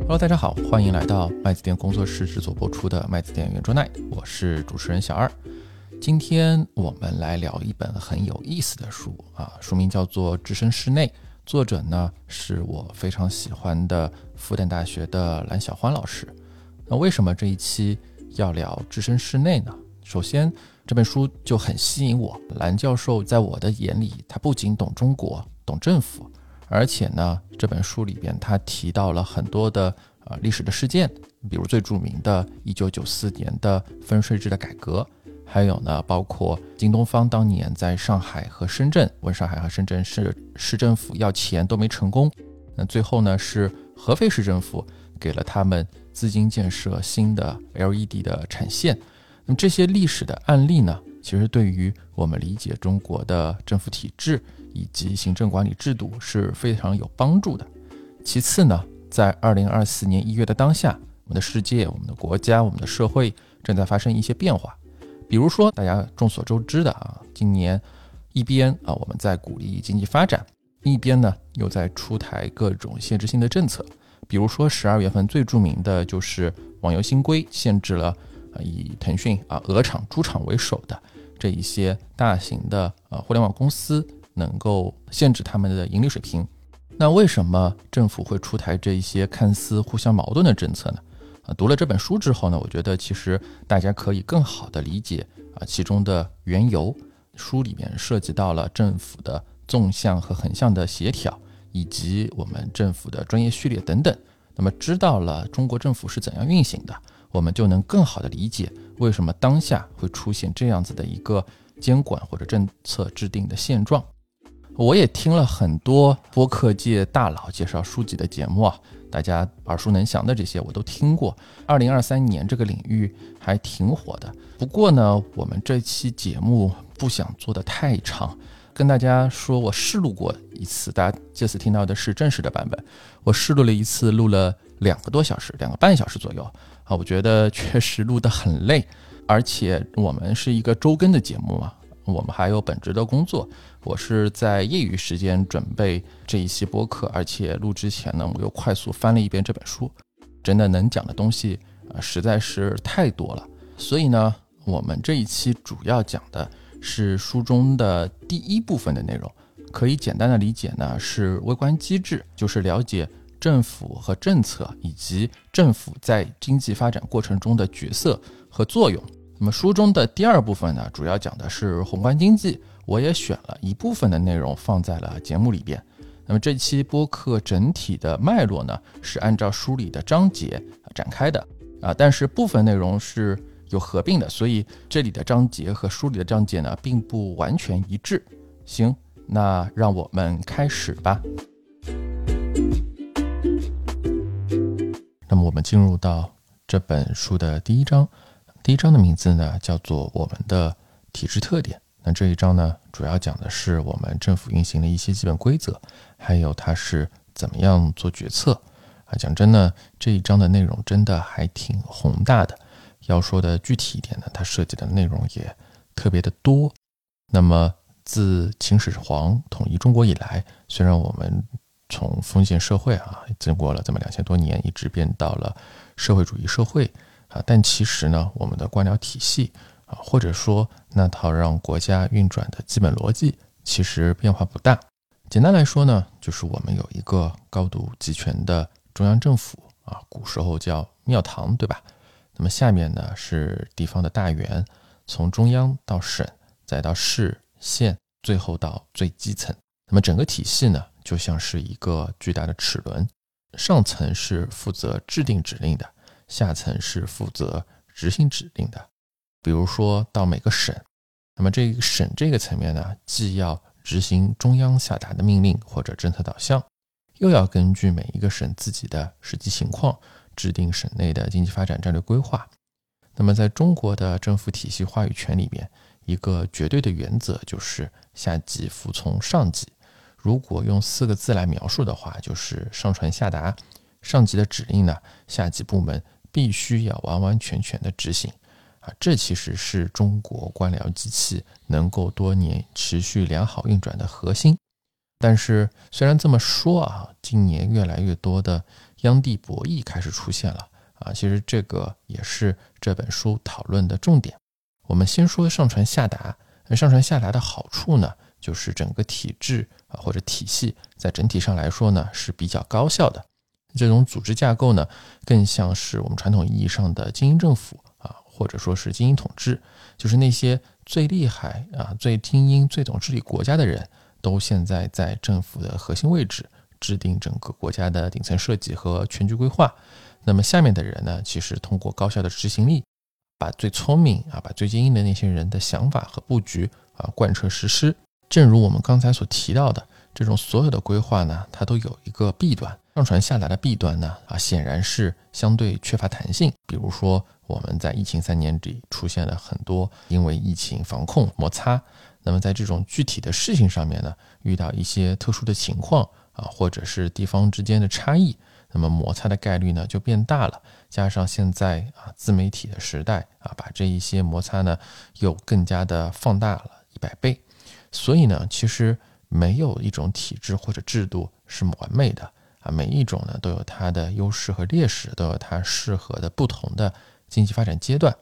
Hello， 大家好，欢迎来到麦子店工作室制作播出的麦子店圆桌奈，我是主持人小二。今天我们来聊一本很有意思的书书名叫做《置身事内》，作者呢是我非常喜欢的复旦大学的蓝小欢老师。那为什么这一期要聊置身事内呢？首先这本书就很吸引我，蓝教授在我的眼里，他不仅懂中国，懂政府，而且呢，这本书里边他提到了很多的历史的事件，比如最著名的1994年的分税制的改革，还有呢，包括京东方当年在上海和深圳问上海和深圳市政府要钱都没成功，那最后呢是合肥市政府给了他们资金建设新的 LED 的产线。那么这些历史的案例呢，其实对于我们理解中国的政府体制以及行政管理制度是非常有帮助的。其次呢，在2024年1月的当下，我们的世界、我们的国家、我们的社会正在发生一些变化。比如说大家众所周知的今年一边我们在鼓励经济发展，一边呢又在出台各种限制性的政策。比如说12月份最著名的就是网游新规，限制了以腾讯鹅厂、猪场为首的这一些大型的互联网公司能够限制他们的盈利水平。那为什么政府会出台这一些看似互相矛盾的政策呢？读了这本书之后呢，我觉得其实大家可以更好的理解其中的缘由。书里面涉及到了政府的纵向和横向的协调，以及我们政府的专业序列等等。那么知道了中国政府是怎样运行的，我们就能更好的理解为什么当下会出现这样子的一个监管或者政策制定的现状。我也听了很多播客界大佬介绍书籍的节目大家耳熟能详的这些我都听过。2023年这个领域还挺火的。不过呢，我们这期节目不想做得太长，跟大家说我试录过一次，大家这次听到的是正式的版本。我试录了一次，录了2个多小时，2个半小时左右我觉得确实录得很累，而且我们是一个周更的节目我们还有本职的工作。我是在业余时间准备这一期播客，而且录之前呢，我又快速翻了一遍这本书，真的能讲的东西实在是太多了。所以呢，我们这一期主要讲的是书中的第一部分的内容，可以简单的理解呢是微观机制，就是了解政府和政策以及政府在经济发展过程中的角色和作用。那么书中的第二部分呢，主要讲的是宏观经济，我也选了一部分的内容放在了节目里边。那么这期播客整体的脉络呢，是按照书里的章节展开的但是部分内容是有合并的，所以这里的章节和书里的章节呢，并不完全一致。行，那让我们开始吧。那么我们进入到这本书的第一章，第一章的名字呢叫做我们的体制特点。那这一章呢，主要讲的是我们政府运行的一些基本规则，还有它是怎么样做决策讲真呢，这一章的内容真的还挺宏大的。要说的具体一点呢，它涉及的内容也特别的多。那么自秦始皇统一中国以来，虽然我们从封建社会经过了这么2000多年，一直变到了社会主义社会但其实呢，我们的官僚体系或者说那套让国家运转的基本逻辑其实变化不大。简单来说呢，就是我们有一个高度集权的中央政府古时候叫庙堂，对吧？那么下面呢是地方的大员，从中央到省，再到市县，最后到最基层。那么整个体系呢，就像是一个巨大的齿轮，上层是负责制定指令的，下层是负责执行指令的。比如说到每个省，那么这个省这个层面呢，既要执行中央下达的命令或者政策导向，又要根据每一个省自己的实际情况制定省内的经济发展战略规划。那么在中国的政府体系话语权里面，一个绝对的原则就是下级服从上级。如果用4个字来描述的话，就是上传下达。上级的指令呢，下级部门必须要完完全全的执行这其实是中国官僚机器能够多年持续良好运转的核心。 但是虽然这么说啊，今年越来越多的央地博弈开始出现了啊，其实这个也是这本书讨论的重点。我们先说上传下达，上传下达的好处呢，就是整个体制或者体系在整体上来说呢是比较高效的。这种组织架构呢，更像是我们传统意义上的精英政府啊，或者说是精英统治，就是那些最厉害啊、最精英、最懂治理国家的人，都现在在政府的核心位置，制定整个国家的顶层设计和全局规划。那么下面的人呢，其实通过高效的执行力，把最聪明啊、把最精英的那些人的想法和布局啊贯彻实施。正如我们刚才所提到的，这种所有的规划呢，它都有一个弊端。上传下达的弊端呢，显然是相对缺乏弹性。比如说，我们在疫情3年里出现了很多因为疫情防控摩擦，那么在这种具体的事情上面呢，遇到一些特殊的情况啊，或者是地方之间的差异，那么摩擦的概率呢就变大了。加上现在自媒体的时代啊，把这一些摩擦呢又更加的放大了100倍。所以呢，其实没有一种体制或者制度是完美的啊，每一种呢都有它的优势和劣势，都有它适合的不同的经济发展阶段。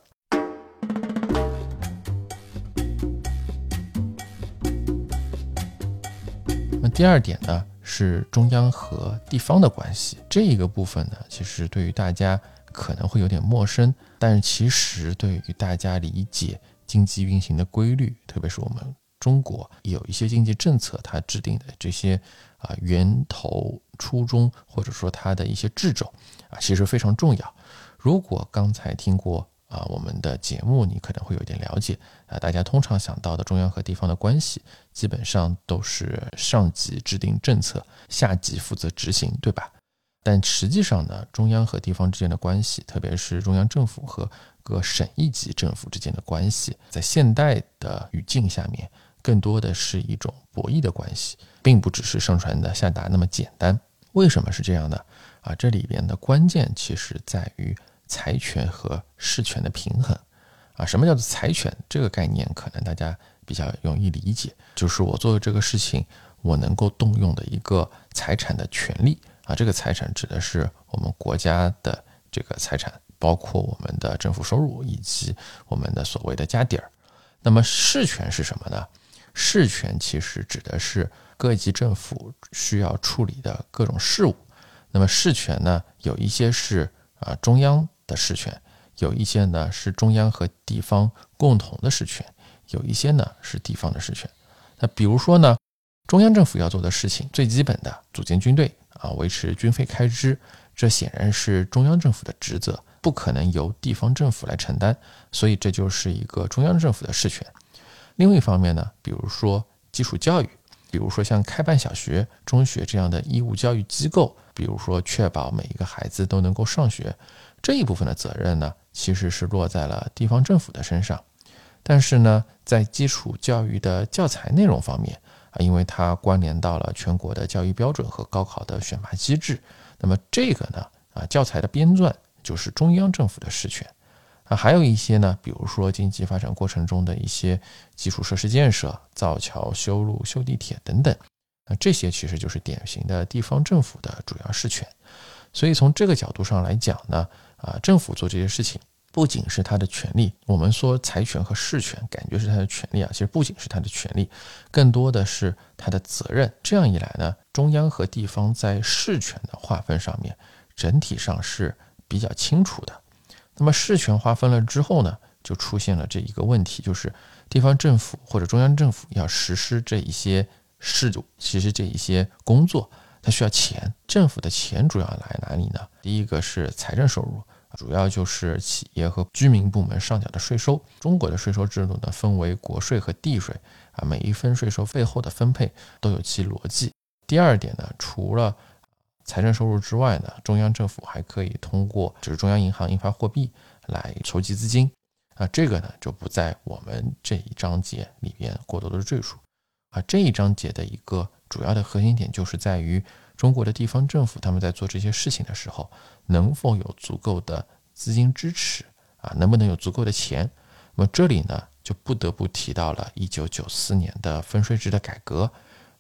那第二点呢，是中央和地方的关系。这一个部分呢，其实对于大家可能会有点陌生，但是其实对于大家理解经济运行的规律，特别是我们中国有一些经济政策它制定的这些源头初衷，或者说它的一些掣肘其实非常重要。如果刚才听过我们的节目，你可能会有点了解大家通常想到的中央和地方的关系，基本上都是上级制定政策，下级负责执行，对吧？但实际上呢，中央和地方之间的关系，特别是中央政府和各省一级政府之间的关系，在现代的语境下面，更多的是一种博弈的关系，并不只是上传的下达那么简单。为什么是这样呢？这里边的关键其实在于财权和势权的平衡。什么叫做财权？这个概念可能大家比较容易理解，就是我做的这个事情，我能够动用的一个财产的权利这个财产指的是我们国家的这个财产，包括我们的政府收入以及我们的所谓的家底儿。那么势权是什么呢？势权其实指的是各级政府需要处理的各种事务。那么势权呢，有一些是中央的势权，有一些呢是中央和地方共同的势权，有一些呢是地方的势权。那比如说呢，中央政府要做的事情，最基本的组建军队维持军费开支，这显然是中央政府的职责，不可能由地方政府来承担，所以这就是一个中央政府的势权。另外一方面呢，比如说基础教育，比如说像开办小学、中学这样的义务教育机构，比如说确保每一个孩子都能够上学，这一部分的责任呢，其实是落在了地方政府的身上。但是呢，在基础教育的教材内容方面因为它关联到了全国的教育标准和高考的选拔机制，那么这个呢教材的编撰就是中央政府的事权还有一些呢，比如说经济发展过程中的一些基础设施建设，造桥、修路、修地铁等等这些其实就是典型的地方政府的主要事权。所以从这个角度上来讲呢政府做这些事情不仅是他的权利，我们说财权和势权感觉是他的权利其实不仅是他的权利，更多的是他的责任。这样一来呢，中央和地方在势权的划分上面整体上是比较清楚的。那么势权划分了之后呢，就出现了这一个问题，就是地方政府或者中央政府要实施这一些事务，其实这一些工作它需要钱。政府的钱主要来哪里呢？第一个是财政收入，主要就是企业和居民部门上缴的税收。中国的税收制度呢，分为国税和地税每一分税收背后的分配都有其逻辑。第二点呢，除了财政收入之外呢，中央政府还可以通过就是中央银行印发货币来筹集资金这个呢就不在我们这一章节里边过多的赘述这一章节的一个主要的核心点就是在于中国的地方政府他们在做这些事情的时候，能否有足够的资金支持能不能有足够的钱。那么这里呢就不得不提到了1994年的分税制的改革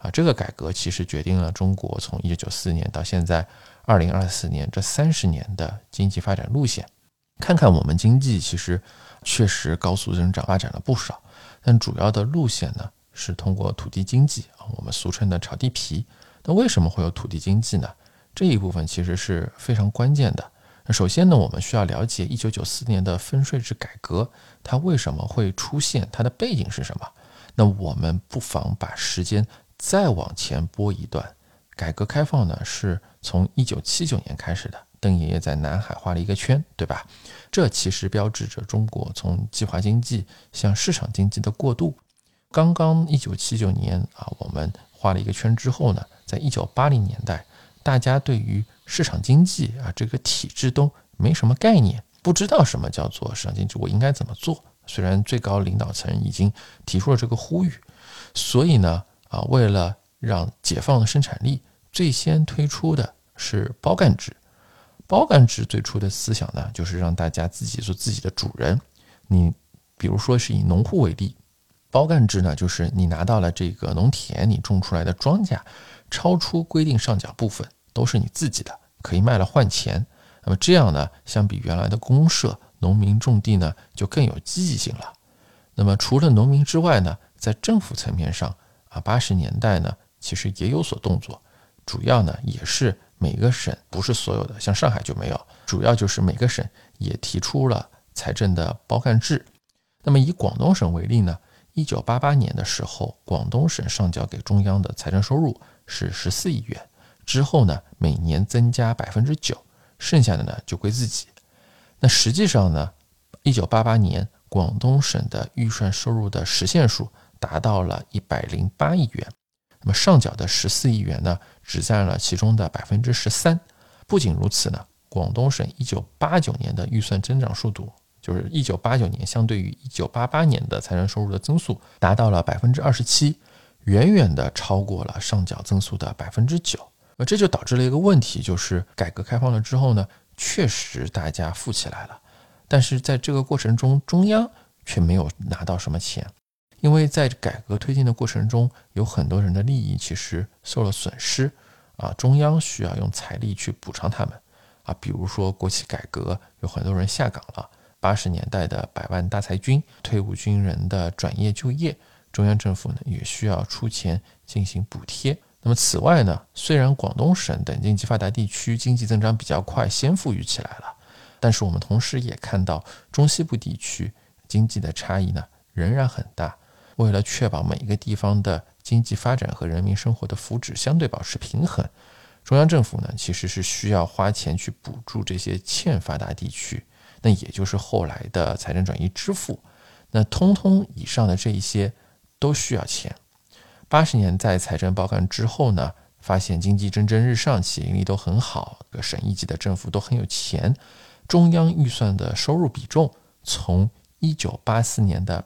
这个改革其实决定了中国从1994年到现在2024年这30年的经济发展路线。看看我们经济其实确实高速增长发展了不少，但主要的路线呢是通过土地经济，我们俗称的炒地皮。那为什么会有土地经济呢？这一部分其实是非常关键的。首先呢，我们需要了解1994年的分税制改革，它为什么会出现，它的背景是什么。那我们不妨把时间再往前拨一段。改革开放呢是从1979年开始的，邓爷爷在南海画了一个圈，对吧？这其实标志着中国从计划经济向市场经济的过渡。刚刚1979年我们画了一个圈之后呢，在1980年代，大家对于市场经济这个体制都没什么概念，不知道什么叫做市场经济，我应该怎么做。虽然最高领导层已经提出了这个呼吁，所以呢为了让解放的生产力，最先推出的是包干制。包干制最初的思想呢，就是让大家自己做自己的主人。你比如说是以农户为例，包干制呢，就是你拿到了这个农田，你种出来的庄稼超出规定上缴部分都是你自己的，可以卖了换钱。那么这样呢，相比原来的公社，农民种地呢就更有积极性了。那么除了农民之外呢，在政府层面上80年代呢其实也有所动作，主要呢也是每个省，不是所有的，像上海就没有，主要就是每个省也提出了财政的包干制。那么以广东省为例呢，1988年的时候，广东省上缴给中央的财政收入是14亿元，之后呢每年增加 9%， 剩下的呢就归自己。那实际上呢1988年广东省的预算收入的实现数达到了108亿元，那么上缴的14亿元呢只占了其中的 13%。 不仅如此呢，广东省1989年的预算增长速度，就是1989年相对于1988年的财政收入的增速达到了 27%， 远远的超过了上缴增速的 9%。 这就导致了一个问题，就是改革开放了之后呢，确实大家富起来了，但是在这个过程中中央却没有拿到什么钱。因为在改革推进的过程中，有很多人的利益其实受了损失中央需要用财力去补偿他们比如说国企改革，有很多人下岗了，80年代的100万大裁军，退伍军人的转业就业，中央政府呢也需要出钱进行补贴。那么此外呢，虽然广东省等经济发达地区经济增长比较快，先富裕起来了，但是我们同时也看到中西部地区经济的差异呢仍然很大。为了确保每一个地方的经济发展和人民生活的福祉相对保持平衡，中央政府呢其实是需要花钱去补助这些欠发达地区，那也就是后来的财政转移支付。那通通以上的这一些都需要钱。80年在财政包干之后呢，发现经济蒸蒸日上，企业盈利都很好，省一级的政府都很有钱，中央预算的收入比重从1984年的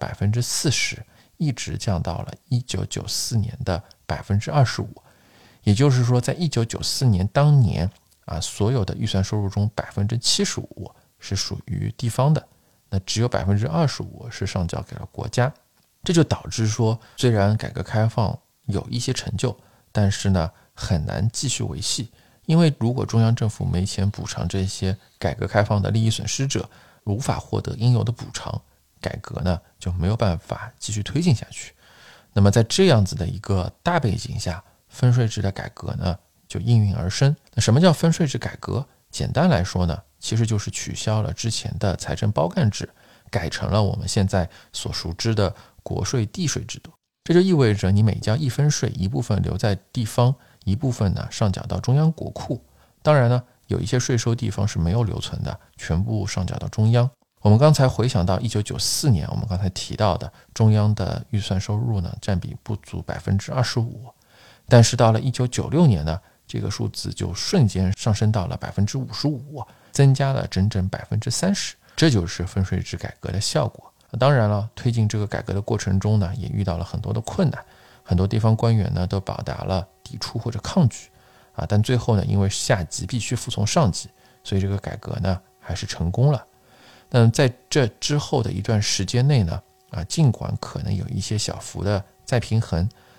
40%一直降到了1994年的 25%。 也就是说在1994年当年所有的预算收入中 75% 是属于地方的，那只有 25% 是上缴给了国家。这就导致说，虽然改革开放有一些成就，但是呢很难继续维系。因为如果中央政府没钱补偿这些改革开放的利益损失者，无法获得应有的补偿，改革呢就没有办法继续推进下去。那么在这样子的一个大背景下，分税制的改革呢就应运而生。那什么叫分税制改革？简单来说呢，其实就是取消了之前的财政包干制，改成了我们现在所熟知的国税地税制度。这就意味着你每交一分税，一部分留在地方，一部分呢上缴到中央国库。当然呢，有一些税收地方是没有留存的，全部上缴到中央。我们刚才回想到1994年，我们刚才提到的中央的预算收入呢占比不足 25%， 但是到了1996年呢，这个数字就瞬间上升到了 55%， 增加了整整 30%。 这就是分税制改革的效果。当然了，推进这个改革的过程中呢，也遇到了很多的困难，很多地方官员呢都表达了抵触或者抗拒但最后呢，因为下级必须服从上级，所以这个改革呢还是成功了。但在这之后的一段时间内呢尽管可能有一些小幅的再平衡，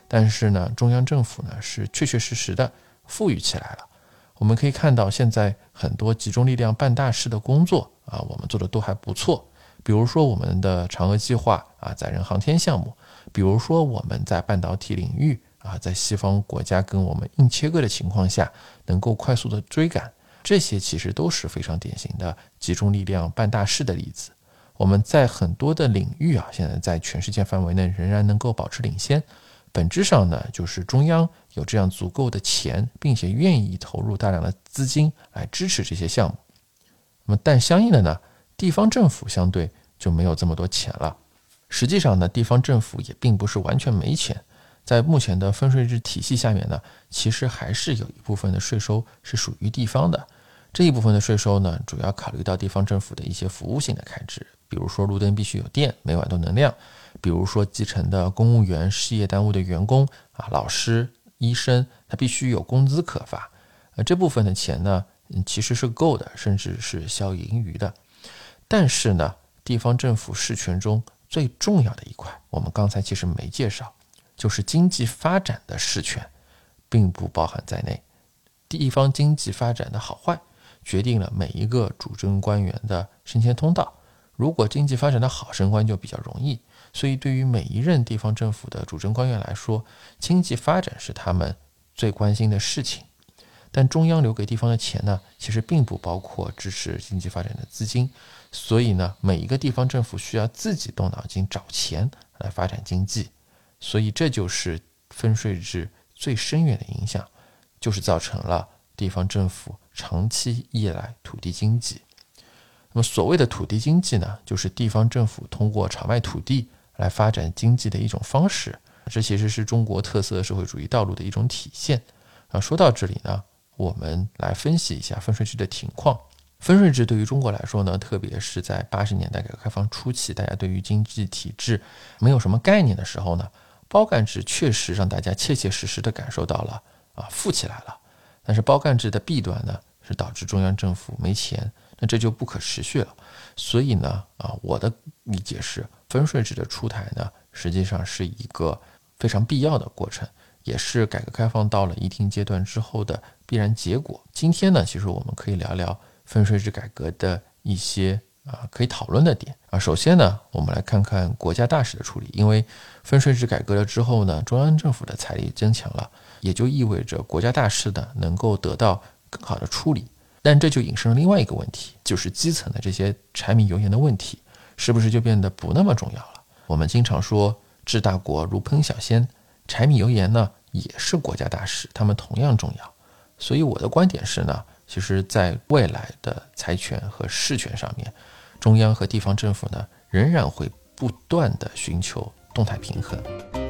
但是呢，中央政府呢是确确实实的富裕起来了。我们可以看到，现在很多集中力量办大事的工作我们做的都还不错。比如说我们的嫦娥计划载人航天项目，比如说我们在半导体领域在西方国家跟我们硬切割的情况下，能够快速的追赶，这些其实都是非常典型的集中力量办大事的例子。我们在很多的领域现在在全世界范围内仍然能够保持领先，本质上呢，就是中央有这样足够的钱，并且愿意投入大量的资金来支持这些项目。那么，但相应的呢，地方政府相对就没有这么多钱了。实际上呢，地方政府也并不是完全没钱，在目前的分税制体系下面呢，其实还是有一部分的税收是属于地方的。这一部分的税收呢，主要考虑到地方政府的一些服务性的开支，比如说路灯必须有电，每晚都能亮；比如说基层的公务员、事业单位的员工老师、医生，他必须有工资可发。这部分的钱呢，其实是够的，甚至是小盈余的。但是呢，地方政府事权中最重要的一块，我们刚才其实没介绍，就是经济发展的事权，并不包含在内。地方经济发展的好坏，决定了每一个主政官员的升迁通道。如果经济发展的好，升官就比较容易。所以对于每一任地方政府的主政官员来说，经济发展是他们最关心的事情。但中央留给地方的钱呢，其实并不包括支持经济发展的资金。所以呢，每一个地方政府需要自己动脑筋找钱来发展经济。所以这就是分税制最深远的影响，就是造成了地方政府长期依赖土地经济。那么所谓的土地经济呢，就是地方政府通过炒卖土地来发展经济的一种方式，这其实是中国特色社会主义道路的一种体现。说到这里呢，我们来分析一下分税制的情况。分税制对于中国来说呢，特别是在80年代改革开放初期，大家对于经济体制没有什么概念的时候呢，包干制确实让大家切切实实地感受到了富起来了。但是包干制的弊端呢，是导致中央政府没钱，那这就不可持续了。所以呢，我的理解是，分税制的出台呢，实际上是一个非常必要的过程，也是改革开放到了一定阶段之后的必然结果。今天呢，其实我们可以聊聊分税制改革的一些可以讨论的点首先呢，我们来看看国家大事的处理。因为分税制改革了之后呢，中央政府的财力增强了，也就意味着国家大事呢能够得到更好的处理。但这就引申了另外一个问题，就是基层的这些柴米油盐的问题，是不是就变得不那么重要了？我们经常说治大国如烹小鲜，柴米油盐呢也是国家大事，它们同样重要。所以我的观点是呢，其实在未来的财权和事权上面，中央和地方政府呢仍然会不断的寻求动态平衡。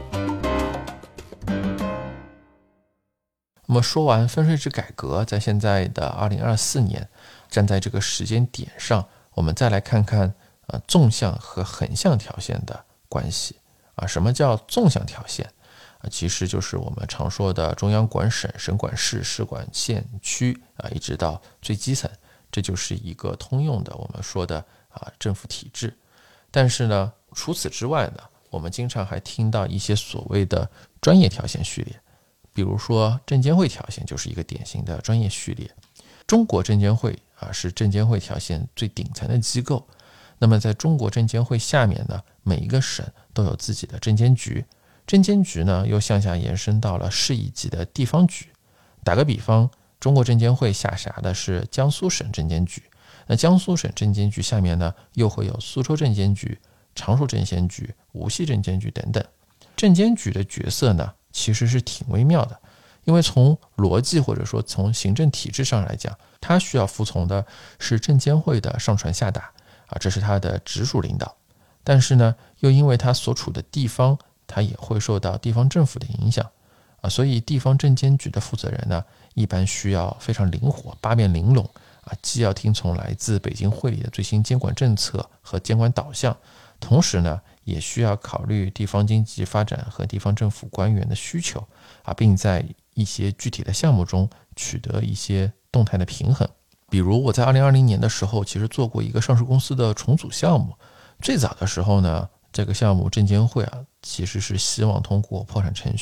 那么说完分税制改革，在现在的2024年，站在这个时间点上，我们再来看看纵向和横向条线的关系什么叫纵向条线其实就是我们常说的中央管省，省管市，市管县区一直到最基层，这就是一个通用的我们说的政府体制。但是呢，除此之外呢，我们经常还听到一些所谓的专业条线序列，比如说证监会条线就是一个典型的专业序列。中国证监会是证监会条线最顶层的机构。那么在中国证监会下面呢，每一个省都有自己的证监局，证监局呢又向下延伸到了市一级的地方局。打个比方，中国证监会下辖的是江苏省证监局，那江苏省证监局下面呢又会有苏州证监局、常熟证监局、无锡证监局等等。证监局的角色呢其实是挺微妙的，因为从逻辑或者说从行政体制上来讲，它需要服从的是证监会的上传下达这是它的直属领导。但是呢，又因为它所处的地方，它也会受到地方政府的影响所以地方证监局的负责人呢，一般需要非常灵活，八面玲珑既要听从来自北京会里的最新监管政策和监管导向，同时呢，也需要考虑地方经济发展和地方政府官员的需求并在一些具体的项目中取得一些动态的平衡。比如我在2020年的时候，其实做过一个上市公司的重组项目。最早的时候呢，这个项目证监会其实是希望通过破产程序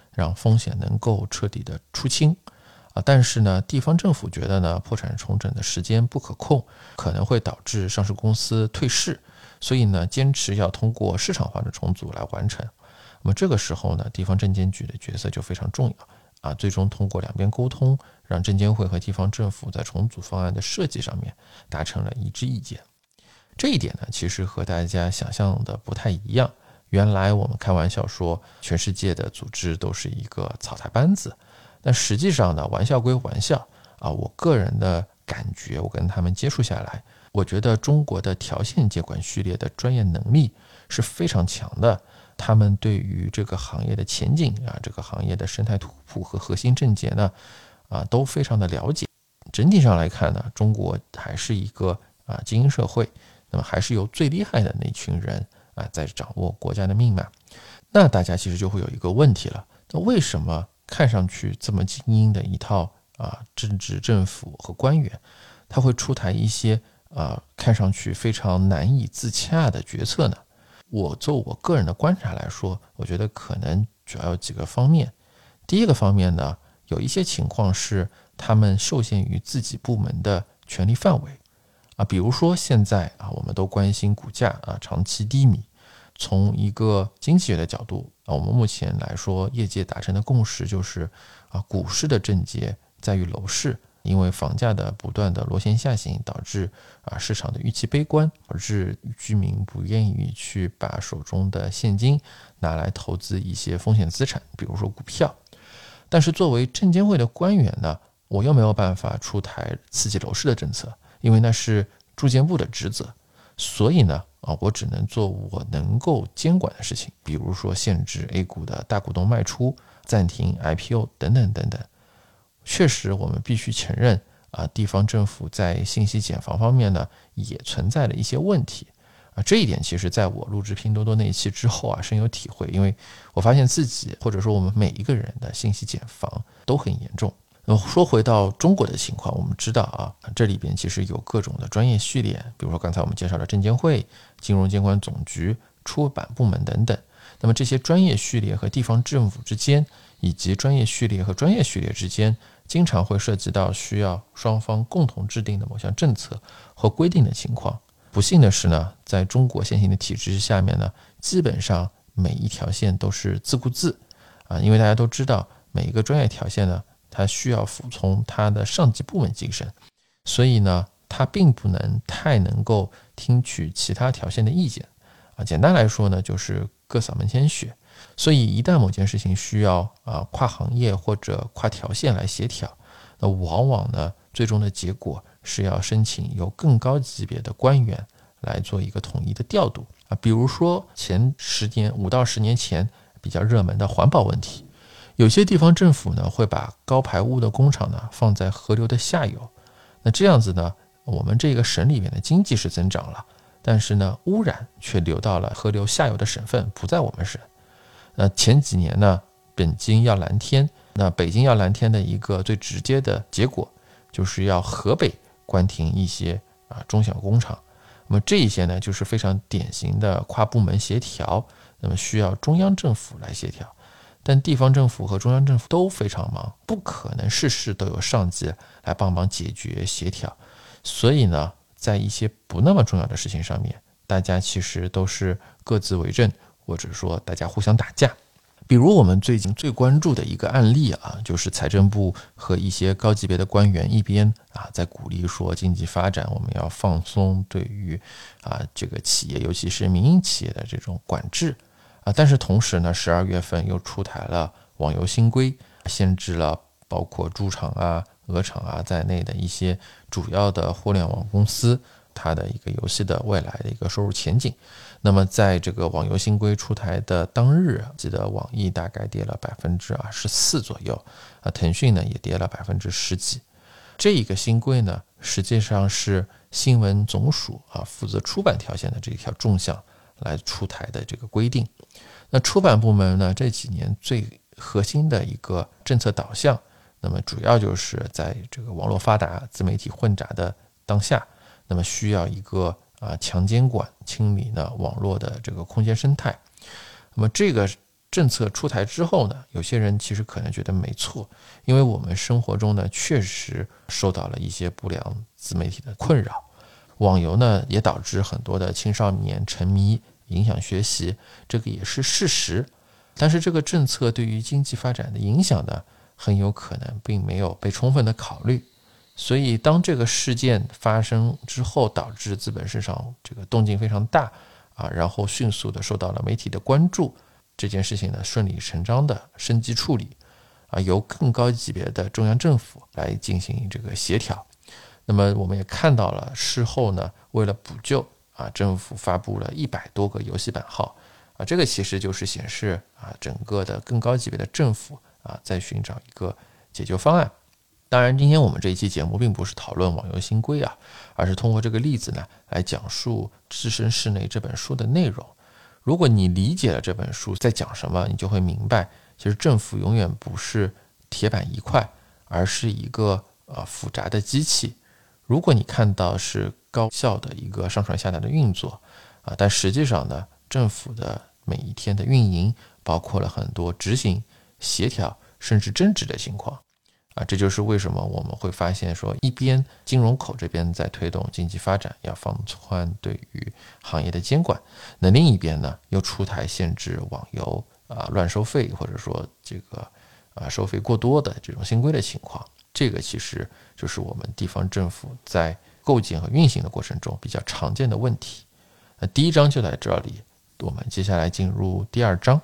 让风险能够彻底的出清但是呢，地方政府觉得呢，破产重整的时间不可控，可能会导致上市公司退市，所以呢，坚持要通过市场化的重组来完成。那么这个时候呢，地方证监局的角色就非常重要最终通过两边沟通，让证监会和地方政府在重组方案的设计上面达成了一致意见。这一点呢，其实和大家想象的不太一样。原来我们开玩笑说，全世界的组织都是一个草台班子，但实际上呢，玩笑归玩笑我个人的感觉，我跟他们接触下来，我觉得中国的条线接管序列的专业能力是非常强的。他们对于这个行业的前景这个行业的生态图谱和核心症结呢都非常的了解。整体上来看呢，中国还是一个精英社会，那么还是由最厉害的那群人在掌握国家的命脉。那大家其实就会有一个问题了，那为什么看上去这么精英的一套政治政府和官员，他会出台一些看上去非常难以自洽的决策呢？我就我个人的观察来说，我觉得可能主要有几个方面。第一个方面呢，有一些情况是他们受限于自己部门的权力范围比如说现在我们都关心股价长期低迷。从一个经济学的角度我们目前来说，业界达成的共识就是股市的症结在于楼市，因为房价的不断的螺旋下行，导致市场的预期悲观，导致居民不愿意去把手中的现金拿来投资一些风险资产，比如说股票。但是作为证监会的官员呢，我又没有办法出台刺激楼市的政策，因为那是住建部的职责。所以呢我只能做我能够监管的事情，比如说限制 A 股的大股东卖出，暂停 IPO 等等等等。确实我们必须承认地方政府在信息茧房方面呢也存在了一些问题这一点其实在我录制拼多多那一期之后深有体会，因为我发现自己或者说我们每一个人的信息茧房都很严重。那么说回到中国的情况，我们知道这里边其实有各种的专业序列，比如说刚才我们介绍的证监会、金融监管总局、出版部门等等。那么这些专业序列和地方政府之间，以及专业序列和专业序列之间，经常会涉及到需要双方共同制定的某项政策或规定的情况。不幸的是呢，在中国现行的体制下面呢，基本上每一条线都是自顾自因为大家都知道每一个专业条线呢，它需要服从它的上级部门精神，所以呢，它并不太能够听取其他条线的意见简单来说呢，就是各扫门前雪。所以一旦某件事情需要跨行业或者跨条线来协调，那往往呢，最终的结果是要申请由更高级别的官员来做一个统一的调度比如说前5到10年前比较热门的环保问题，有些地方政府呢会把高排污的工厂呢放在河流的下游，那这样子呢，我们这个省里面的经济是增长了，但是呢，污染却流到了河流下游的省份，不在我们省。那前几年呢，北京要蓝天，那北京要蓝天的一个最直接的结果，就是要河北关停一些中小工厂。那么这一些呢，就是非常典型的跨部门协调，那么需要中央政府来协调。但地方政府和中央政府都非常忙，不可能事事都有上级来帮忙解决协调。所以呢，在一些不那么重要的事情上面，大家其实都是各自为政，或者说大家互相打架。比如我们最近最关注的一个案例就是财政部和一些高级别的官员一边在鼓励说经济发展我们要放松对于这个企业尤其是民营企业的这种管制但是同时呢，12月份又出台了网游新规，限制了包括猪场鹅场在内的一些主要的互联网公司它的一个游戏的未来的一个收入前景。那么在这个网游新规出台的当日，记得网易大概跌了 14% 左右腾讯呢也跌了10%几。这一个新规呢，实际上是新闻总署负责出版条线的这一条纵向来出台的这个规定。那出版部门呢，这几年最核心的一个政策导向，那么主要就是在这个网络发达、自媒体混杂的当下，那么需要一个强监管清理呢网络的这个空间生态。那么这个政策出台之后呢，有些人其实可能觉得没错，因为我们生活中呢确实受到了一些不良自媒体的困扰，网游呢也导致很多的青少年沉迷，影响学习，这个也是事实。但是这个政策对于经济发展的影响呢，很有可能并没有被充分的考虑。所以当这个事件发生之后，导致资本市场这个动静非常大然后迅速的受到了媒体的关注，这件事情呢顺理成章的升级处理由更高级别的中央政府来进行这个协调。那么我们也看到了事后呢，为了补救政府发布了100多个游戏版号这个其实就是显示整个的更高级别的政府在寻找一个解决方案。当然今天我们这一期节目并不是讨论网游新规而是通过这个例子呢来讲述《置身事内》这本书的内容。如果你理解了这本书在讲什么，你就会明白，其实政府永远不是铁板一块，而是一个复杂的机器。如果你看到是高效的一个上传下达的运作但实际上呢，政府的每一天的运营包括了很多执行、协调甚至争执的情况这就是为什么我们会发现说，一边金融口这边在推动经济发展，要放宽对于行业的监管，那另一边呢又出台限制网游乱收费，或者说这个收费过多的这种新规的情况。这个其实就是我们地方政府在构建和运行的过程中比较常见的问题。那第一章就在这里，我们接下来进入第二章。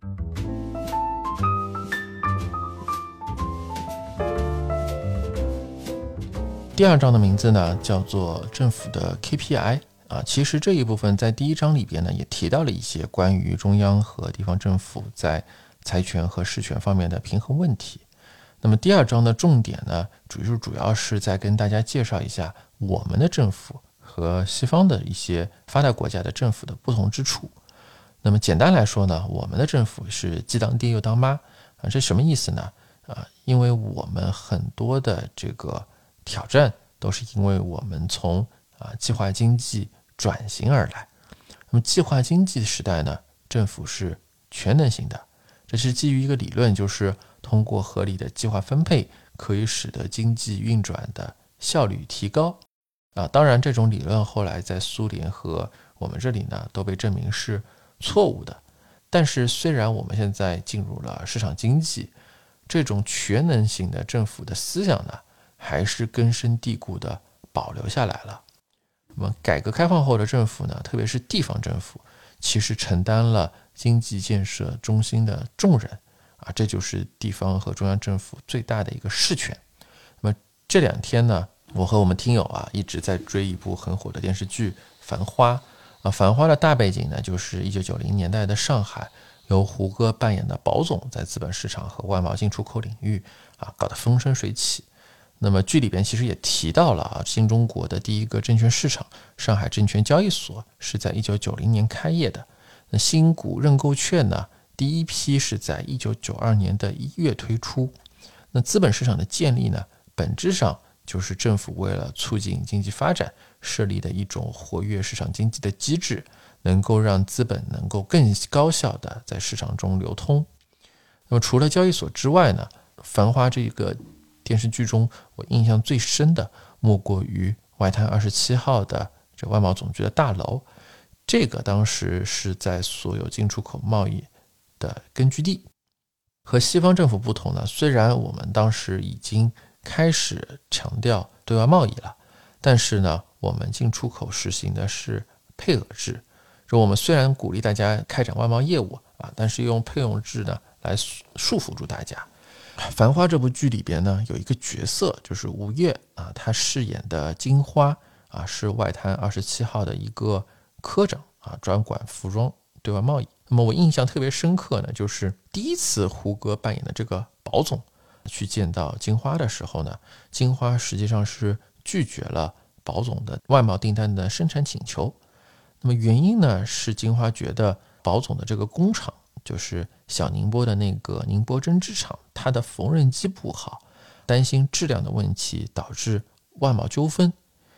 第二章的名字呢叫做政府的 KPI 其实这一部分在第一章里边呢也提到了一些关于中央和地方政府在财权和事权方面的平衡问题。那么第二章的重点呢主要是在跟大家介绍一下我们的政府和西方的一些发达国家的政府的不同之处。那么简单来说呢，我们的政府是既当爹又当妈这什么意思呢因为我们很多的这个挑战都是因为我们从计划经济转型而来。那么计划经济时代呢，政府是全能型的，这是基于一个理论，就是通过合理的计划分配可以使得经济运转的效率提高当然这种理论后来在苏联和我们这里呢都被证明是错误的。但是虽然我们现在进入了市场经济，这种全能型的政府的思想呢还是根深蒂固的保留下来了。那么改革开放后的政府呢，特别是地方政府，其实承担了经济建设中心的重任这就是地方和中央政府最大的一个事权。那么这两天呢，我和我们听友一直在追一部很火的电视剧《繁花》繁花的大背景呢，就是1990年代的上海，由胡歌扮演的宝总在资本市场和外贸进出口领域搞得风生水起。那么剧里边其实也提到了新中国的第一个证券市场上海证券交易所是在1990年开业的。那新股认购券呢，第一批是在1992年的1月推出。那资本市场的建立呢，本质上就是政府为了促进经济发展设立的一种活跃市场经济的机制，能够让资本能够更高效的在市场中流通。那么除了交易所之外呢，繁花这个电视剧中我印象最深的莫过于外滩27号的这外贸总局的大楼，这个当时是在所有进出口贸易的根据地。和西方政府不同呢，虽然我们当时已经开始强调对外贸易了，但是呢，我们进出口实行的是配额制。就我们虽然鼓励大家开展外贸业务但是用配额制呢来束缚住大家。繁花这部剧里边呢，有一个角色就是吴越他饰演的金花是外滩27号的一个科长专管服装对外贸易。那么我印象特别深刻呢，就是第一次胡歌扮演的这个宝总去见到金花的时候呢，金花实际上是拒绝了宝总的外贸订单的生产请求。那么原因呢，是金花觉得宝总的这个工厂，就是小宁波的那个宁波针织厂，它的缝纫机不好，担心质量的问题导致外贸纠纷。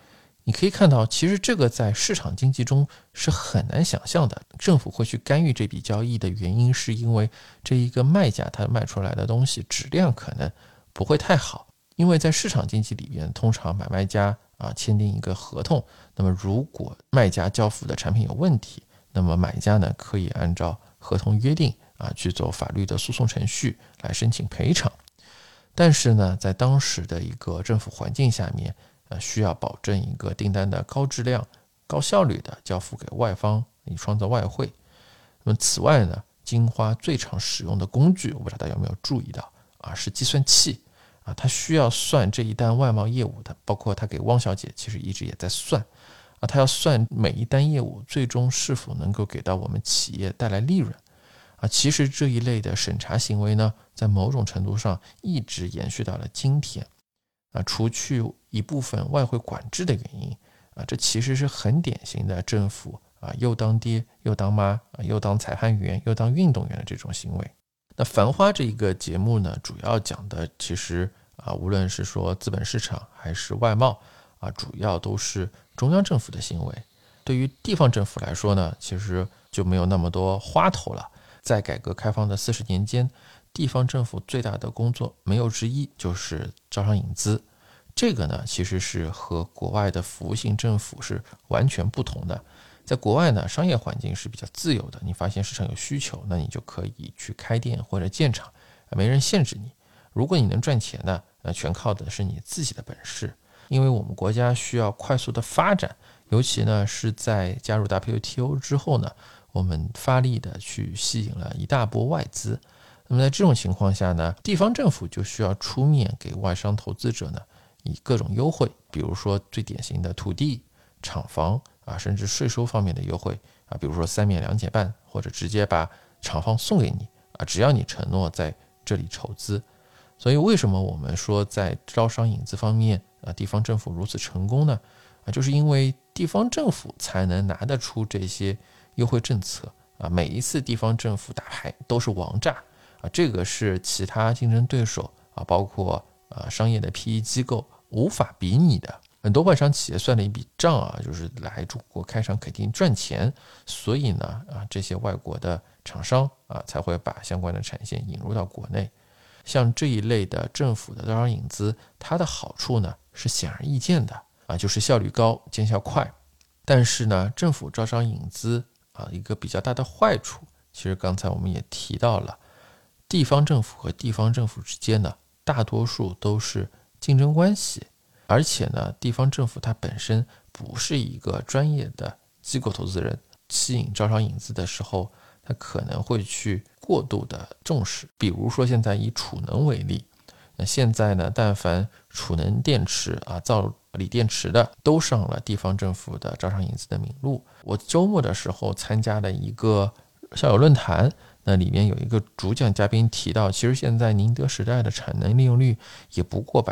你可以看到，其实这个在市场经济中是很难想象的。政府会去干预这笔交易的原因，是因为这一个卖家他卖出来的东西质量可能不会太好。因为在市场经济里边，通常买卖家签订一个合同，那么如果卖家交付的产品有问题，那么买家呢可以按照合同约定去走法律的诉讼程序来申请赔偿。但是呢，在当时的一个政府环境下面，需要保证一个订单的高质量、高效率的交付给外方，以创造外汇。那么此外呢，金花最常使用的工具，我不知道大家有没有注意到是计算器它需要算这一单外贸业务的，包括他给汪小姐其实一直也在算他要算每一单业务最终是否能够给到我们企业带来利润其实这一类的审查行为呢，在某种程度上一直延续到了今天除去一部分外汇管制的原因这其实是很典型的政府又当爹又当妈又当裁判员又当运动员的这种行为。那《繁花》这一个节目呢，主要讲的其实无论是说资本市场还是外贸主要都是中央政府的行为。对于地方政府来说呢，其实就没有那么多花头了。在改革开放的40年间，地方政府最大的工作没有之一就是招商引资。这个呢，其实是和国外的服务性政府是完全不同的。在国外呢，商业环境是比较自由的，你发现市场有需求，那你就可以去开店或者建厂，没人限制你。如果你能赚钱呢，那全靠的是你自己的本事。因为我们国家需要快速的发展，尤其呢是在加入 WTO 之后呢，我们发力的去吸引了一大波外资。那么在这种情况下呢，地方政府就需要出面给外商投资者呢以各种优惠，比如说最典型的土地、厂房甚至税收方面的优惠比如说3免2减半，或者直接把厂房送给你只要你承诺在这里筹资。所以为什么我们说在招商引资方面地方政府如此成功呢？就是因为地方政府才能拿得出这些优惠政策每一次地方政府打牌都是王炸这个是其他竞争对手包括商业的 PE 机构无法比拟的。很多外商企业算了一笔账就是来中国开厂肯定赚钱，所以呢这些外国的厂商才会把相关的产线引入到国内。像这一类的政府的招商引资，它的好处呢是显而易见的就是效率高、见效快。但是呢，政府招商引资一个比较大的坏处，其实刚才我们也提到了，地方政府和地方政府之间呢，大多数都是竞争关系，而且呢，地方政府它本身不是一个专业的机构投资人，吸引招商引资的时候，它可能会去过度的重视。比如说现在以储能为例，那现在呢，但凡储能电池造锂电池的都上了地方政府的招商引资的名录。我周末的时候参加了一个校友论坛，那里面有一个主讲嘉宾提到，其实现在宁德时代的产能利用率也不过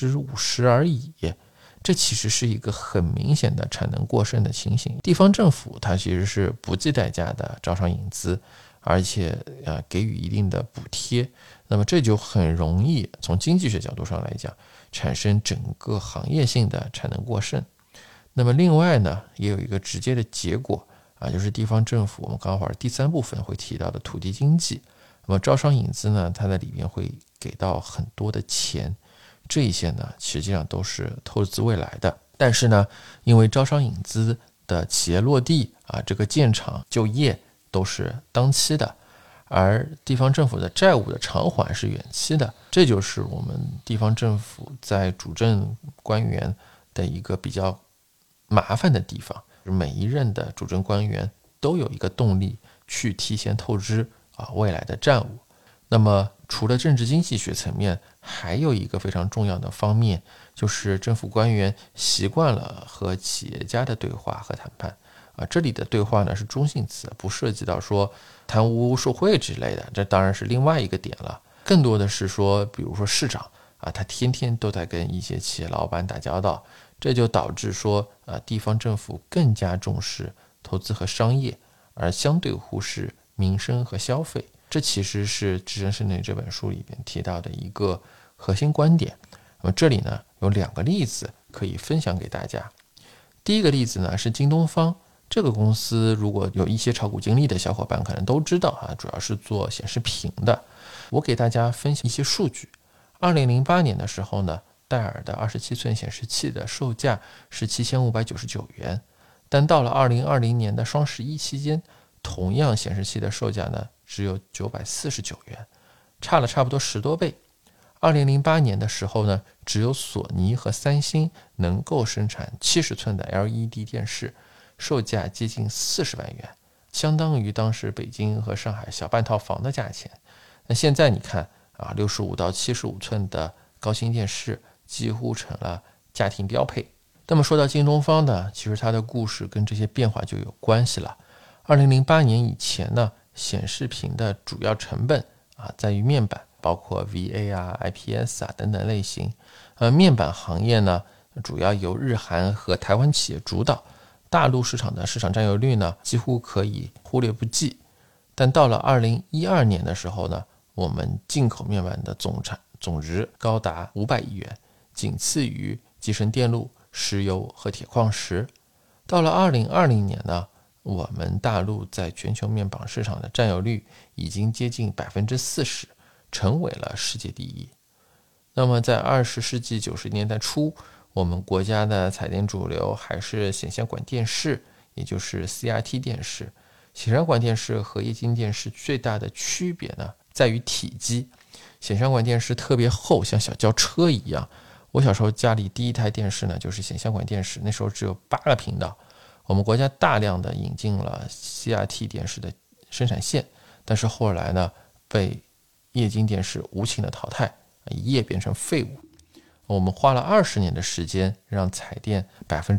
50%而已，这其实是一个很明显的产能过剩的情形。地方政府它其实是不计代价的招商引资，而且给予一定的补贴，那么这就很容易从经济学角度上来讲产生整个行业性的产能过剩。那么另外呢，也有一个直接的结果就是地方政府我们刚好第3部分会提到的土地经济。那么招商引资呢，它在里面会给到很多的钱，这一些呢实际上都是投资未来的。但是呢，因为招商引资的企业落地这个建厂就业都是当期的，而地方政府的债务的偿还是远期的，这就是我们地方政府在主政官员的一个比较麻烦的地方。每一任的主政官员都有一个动力去提前透支未来的债务。那么除了政治经济学层面，还有一个非常重要的方面，就是政府官员习惯了和企业家的对话和谈判这里的对话呢是中性词，不涉及到说贪污受贿之类的，这当然是另外一个点了。更多的是说，比如说市长他天天都在跟一些企业老板打交道，这就导致说地方政府更加重视投资和商业，而相对忽视民生和消费。这其实是《置身事内》这本书里边提到的一个核心观点。那么这里呢有2个例子可以分享给大家。 第一个例子呢是京东方，这个公司如果有一些炒股经历的小伙伴可能都知道啊，主要是做显示屏的。我给大家分享一些数据。2008年的时候呢，戴尔的27寸显示器的售价是7599元，但到了2020年的双11期间，同样显示器的售价呢只有949元，差了差不多10多倍。2008年的时候呢，只有索尼和三星能够生产70寸的 LED 电视，售价接近40万元，相当于当时北京和上海小半套房的价钱。那现在你看啊，65到75寸的高清电视几乎成了家庭标配。那么说到京东方呢，其实它的故事跟这些变化就有关系了。2008年以前呢，显示屏的主要成本在于面板，包括 VA IPS 等等类型。面板行业呢，主要由日韩和台湾企业主导，大陆市场的市场占有率呢，几乎可以忽略不计。但到了2012年的时候呢，我们进口面板的总值高达500亿元，仅次于集成电路、石油和铁矿石。到了2020年呢，我们大陆在全球面板市场的占有率已经接近 40%， 成为了世界第一。那么在20世纪90年代初，我们国家的彩电主流还是显像管电视，也就是 CRT 电视。显像管电视和液晶电视最大的区别呢，在于体积。显像管电视特别厚，像小轿车一样。我小时候家里第一台电视呢，就是显像管电视，那时候只有8个频道。我们国家大量的引进了 CRT 电视的生产线，但是后来呢，被液晶电视无情的淘汰，一夜变成废物。我们花了20年的时间让彩电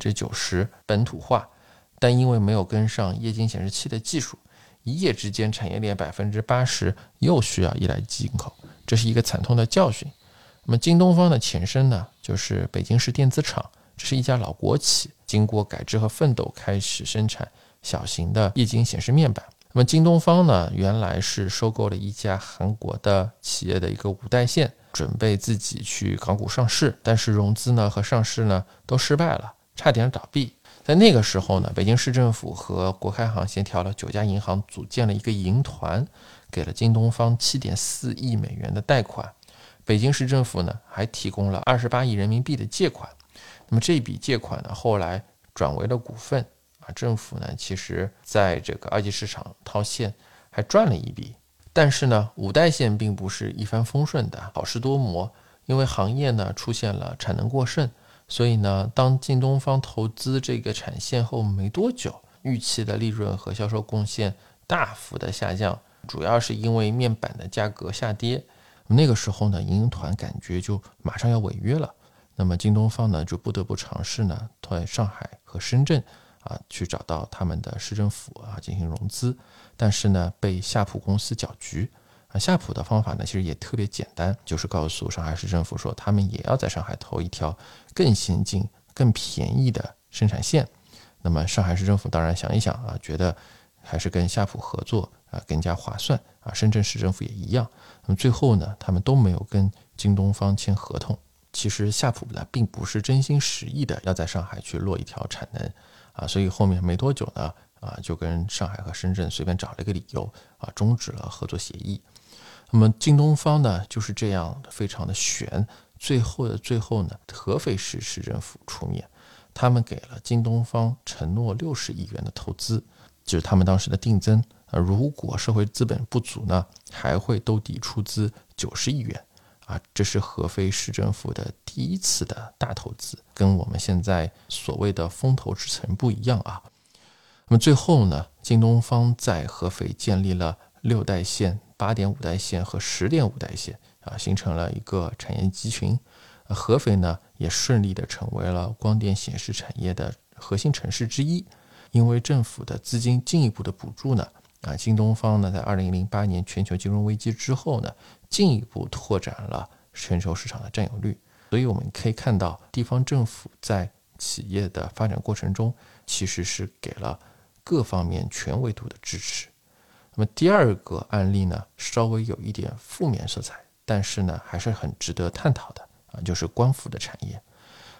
90% 本土化，但因为没有跟上液晶显示器的技术，一夜之间产业链 80% 又需要依赖进口，这是一个惨痛的教训。那么京东方的前身呢，就是北京市电子厂，这是一家老国企，经过改制和奋斗开始生产小型的液晶显示面板。那么京东方呢，原来是收购了一家韩国的企业的一个五代线，准备自己去港股上市，但是融资呢和上市呢都失败了，差点倒闭。在那个时候呢，北京市政府和国开行协调了9家银行，组建了一个银团，给了京东方 7.4 亿美元的贷款。北京市政府呢还提供了28亿人民币的借款。那么这笔借款呢后来转为了股份政府呢其实在这个二级市场套现还赚了一笔。但是呢五代线并不是一帆风顺的，好事多磨，因为行业呢出现了产能过剩。所以呢，当京东方投资这个产线后没多久，预期的利润和销售贡献大幅的下降，主要是因为面板的价格下跌。那个时候呢，银团感觉就马上要违约了，那么京东方呢就不得不尝试呢在上海和深圳去找到他们的市政府进行融资，但是呢被夏普公司搅局。夏普的方法呢其实也特别简单，就是告诉上海市政府说他们也要在上海投一条更先进更便宜的生产线。那么上海市政府当然想一想觉得还是跟夏普合作更加划算深圳市政府也一样。那么最后呢他们都没有跟京东方签合同。其实夏普呢并不是真心实意的要在上海去落一条产能所以后面没多久呢就跟上海和深圳随便找了一个理由终止了合作协议。那么京东方呢就是这样非常的悬，最后呢合肥市市政府出面，他们给了京东方承诺60亿元的投资，就是他们当时的定增如果社会资本不足呢还会兜底出资90亿元这是合肥市政府的第一次的大投资，跟我们现在所谓的风投之城不一样那么最后呢，京东方在合肥建立了6代线、8.5代线和10.5代线形成了一个产业集群。合肥呢也顺利的成为了光电显示产业的核心城市之一。因为政府的资金进一步的补助呢京东方呢在2008年全球金融危机之后呢进一步拓展了全球市场的占有率。所以我们可以看到地方政府在企业的发展过程中其实是给了各方面全维度的支持。那么第二个案例呢稍微有一点负面色彩，但是呢还是很值得探讨的就是光伏的产业。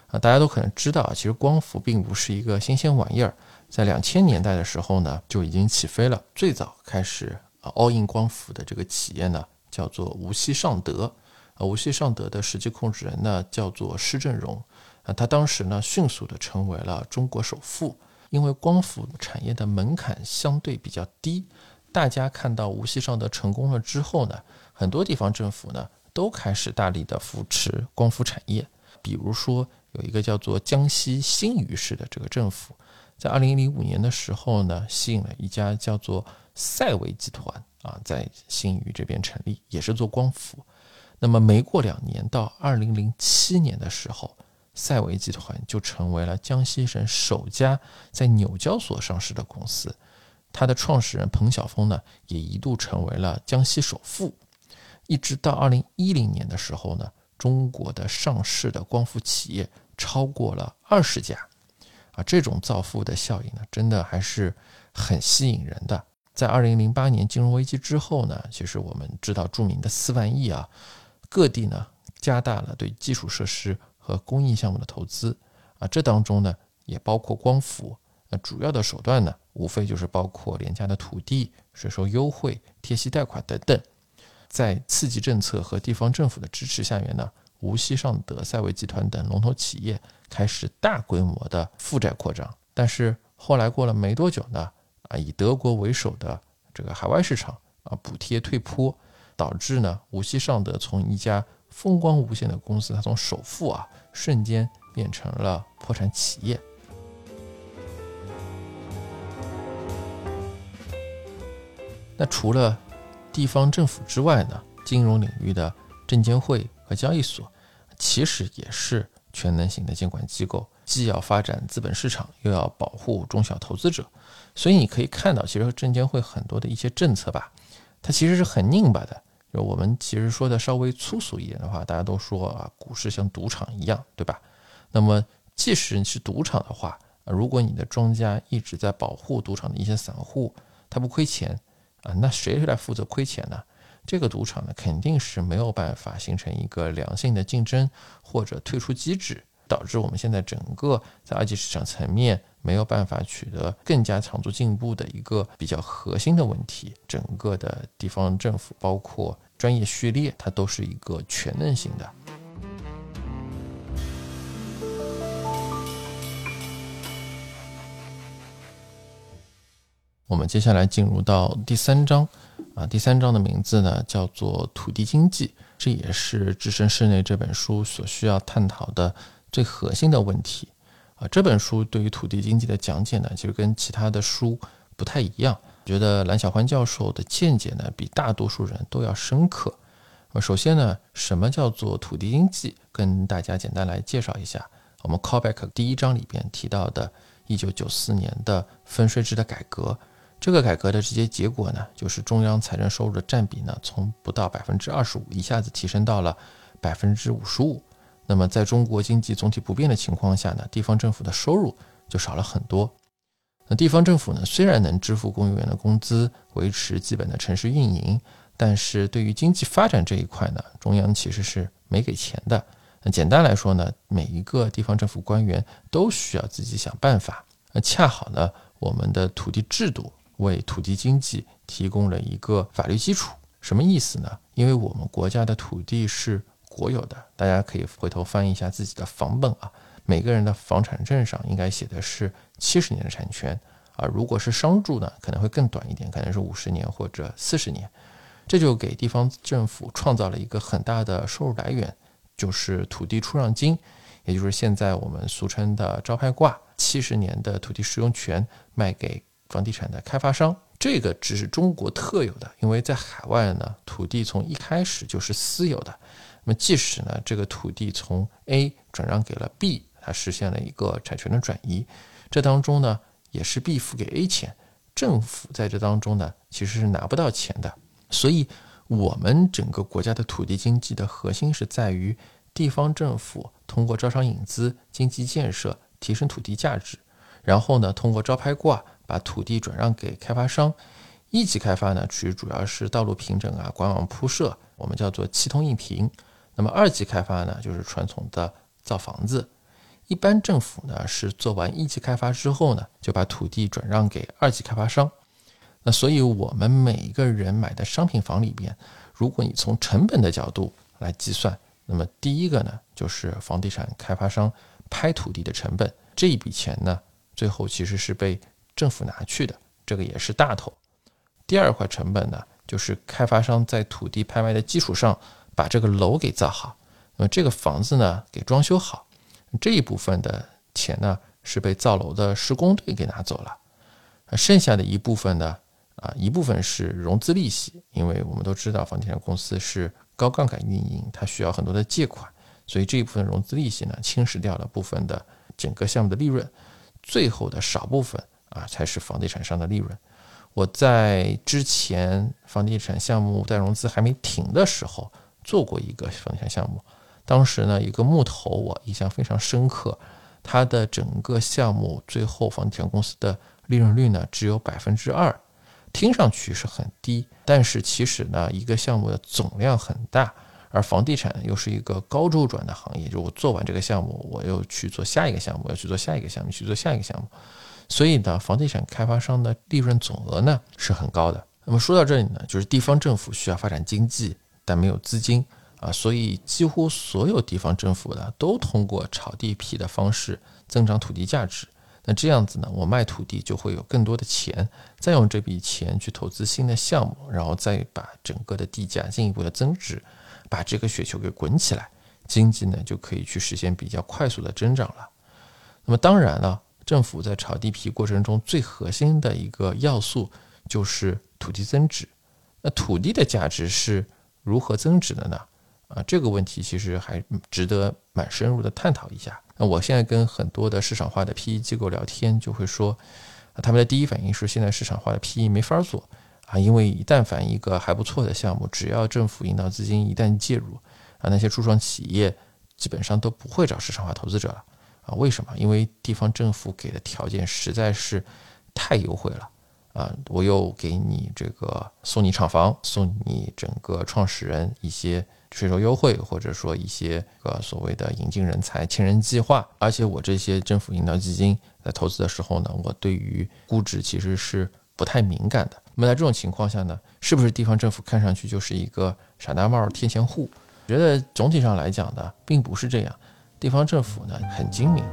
大家都可能知道，其实光伏并不是一个新鲜玩意儿，在2000年代的时候呢就已经起飞了。最早开始all in 光伏的这个企业呢叫做无锡尚德，无锡尚德的实际控制人呢叫做施正荣，他当时呢迅速的成为了中国首富。因为光伏产业的门槛相对比较低，大家看到无锡尚德成功了之后呢，很多地方政府呢都开始大力的扶持光伏产业。比如说有一个叫做江西新余市的这个政府，在2005年的时候呢，吸引了一家叫做赛维集团在新余这边成立，也是做光伏。那么没过2年，到2007年的时候，赛维集团就成为了江西省首家在纽交所上市的公司。它的创始人彭晓峰呢，也一度成为了江西首富。一直到2010年的时候呢，中国的上市的光伏企业超过了20家。这种造富的效应呢，真的还是很吸引人的。在2008年金融危机之后呢，其实我们知道著名的4万亿各地呢加大了对基础设施和公益项目的投资这当中呢也包括光伏。主要的手段呢无非就是包括廉价的土地、税收优惠、贴息贷款等等。在刺激政策和地方政府的支持下面呢，无锡尚德、赛维集团等龙头企业开始大规模的负债扩张。但是后来过了没多久呢，以德国为首的这个海外市场补贴退坡，导致呢无锡尚德从一家风光无限的公司，它从首富瞬间变成了破产企业。那除了地方政府之外呢，金融领域的证监会和交易所其实也是全能型的监管机构，既要发展资本市场，又要保护中小投资者。所以你可以看到，其实证监会很多的一些政策吧，它其实是很拧巴的。就我们其实说的稍微粗俗一点的话，大家都说股市像赌场一样，对吧？那么即使是赌场的话，如果你的庄家一直在保护赌场的一些散户，他不亏钱那谁来负责亏钱呢？这个赌场呢肯定是没有办法形成一个良性的竞争或者退出机制，导致我们现在整个在二级市场层面没有办法取得更加长足进步的一个比较核心的问题。整个的地方政府包括专业序列，它都是一个全能性的。我们接下来进入到第3章第3章的名字呢叫做土地经济，这也是《置身事内》这本书所需要探讨的最核心的问题这本书对于土地经济的讲解呢，其实跟其他的书不太一样。觉得蓝小欢教授的见解呢，比大多数人都要深刻。首先呢，什么叫做土地经济？跟大家简单来介绍一下。我们 callback 第1章里边提到的1994年的分税制的改革。这个改革的直接结果呢，就是中央财政收入的占比呢，从不到 25% 一下子提升到了 55%。那么在中国经济总体不变的情况下呢，地方政府的收入就少了很多。那地方政府呢，虽然能支付公务员的工资，维持基本的城市运营，但是对于经济发展这一块呢，中央其实是没给钱的。那简单来说呢，每一个地方政府官员都需要自己想办法。恰好呢，我们的土地制度为土地经济提供了一个法律基础。什么意思呢？因为我们国家的土地是国有的，大家可以回头翻一下自己的房本每个人的房产证上应该写的是70年的产权如果是商住呢，可能会更短一点，可能是50年或者40年。这就给地方政府创造了一个很大的收入来源，就是土地出让金，也就是现在我们俗称的招拍挂，70年的土地使用权卖给房地产的开发商。这个只是中国特有的，因为在海外呢，土地从一开始就是私有的。那么即使呢，这个土地从 A 转让给了 B， 它实现了一个产权的转移，这当中呢也是 B 付给 A 钱，政府在这当中呢其实是拿不到钱的。所以我们整个国家的土地经济的核心是在于地方政府通过招商引资、经济建设提升土地价值，然后呢通过招拍挂把土地转让给开发商。一级开发呢主要是道路平整管网铺设，我们叫做七通一平。那么2级开发呢就是传统的造房子。 一般政府呢是做完1级开发之后呢，就把土地转让给2级开发商。那所以我们每一个人买的商品房里边，如果你从成本的角度来计算，那么第一个呢就是房地产开发商拍土地的成本，这一笔钱呢最后其实是被政府拿去的，这个也是大头。第二块成本呢，就是开发商在土地拍卖的基础上把这个楼给造好，那么这个房子呢给装修好，这一部分的钱呢是被造楼的施工队给拿走了。剩下的一部分呢一部分是融资利息，因为我们都知道房地产公司是高杠杆运营，它需要很多的借款，所以这一部分融资利息呢侵蚀掉了部分的整个项目的利润，最后的少部分才是房地产商的利润。我在之前房地产项目贷融资还没停的时候做过一个房地产项目，当时呢一个木头我印象非常深刻，它的整个项目最后房地产公司的利润率呢只有 2%， 听上去是很低，但是其实呢一个项目的总量很大，而房地产又是一个高周转的行业，就我做完这个项目我又去做下一个项目，要去做下一个项目，去做下一个项目，所以呢房地产开发商的利润总额呢是很高的。那么说到这里呢，就是地方政府需要发展经济，但没有资金所以几乎所有地方政府呢都通过炒地皮的方式增长土地价值。那这样子呢，我卖土地就会有更多的钱，再用这笔钱去投资新的项目，然后再把整个的地价进一步的增值，把这个雪球给滚起来，经济呢就可以去实现比较快速的增长了。那么当然了，政府在炒地皮过程中最核心的一个要素就是土地增值。那土地的价值是如何增值的呢？这个问题其实还值得蛮深入的探讨一下。那我现在跟很多的市场化的 PE 机构聊天，就会说他们的第一反应是现在市场化的 PE 没法做因为一旦凡一个还不错的项目，只要政府引导资金一旦介入那些初创企业基本上都不会找市场化投资者了为什么？因为地方政府给的条件实在是太优惠了我又给你这个送你厂房，送你整个创始人一些税收优惠，或者说一些所谓的引进人才千人计划，而且我这些政府引导基金在投资的时候呢，我对于估值其实是不太敏感的。那么在这种情况下呢，是不是地方政府看上去就是一个傻大帽贴钱户？我觉得总体上来讲呢，并不是这样。地方政府呢很精明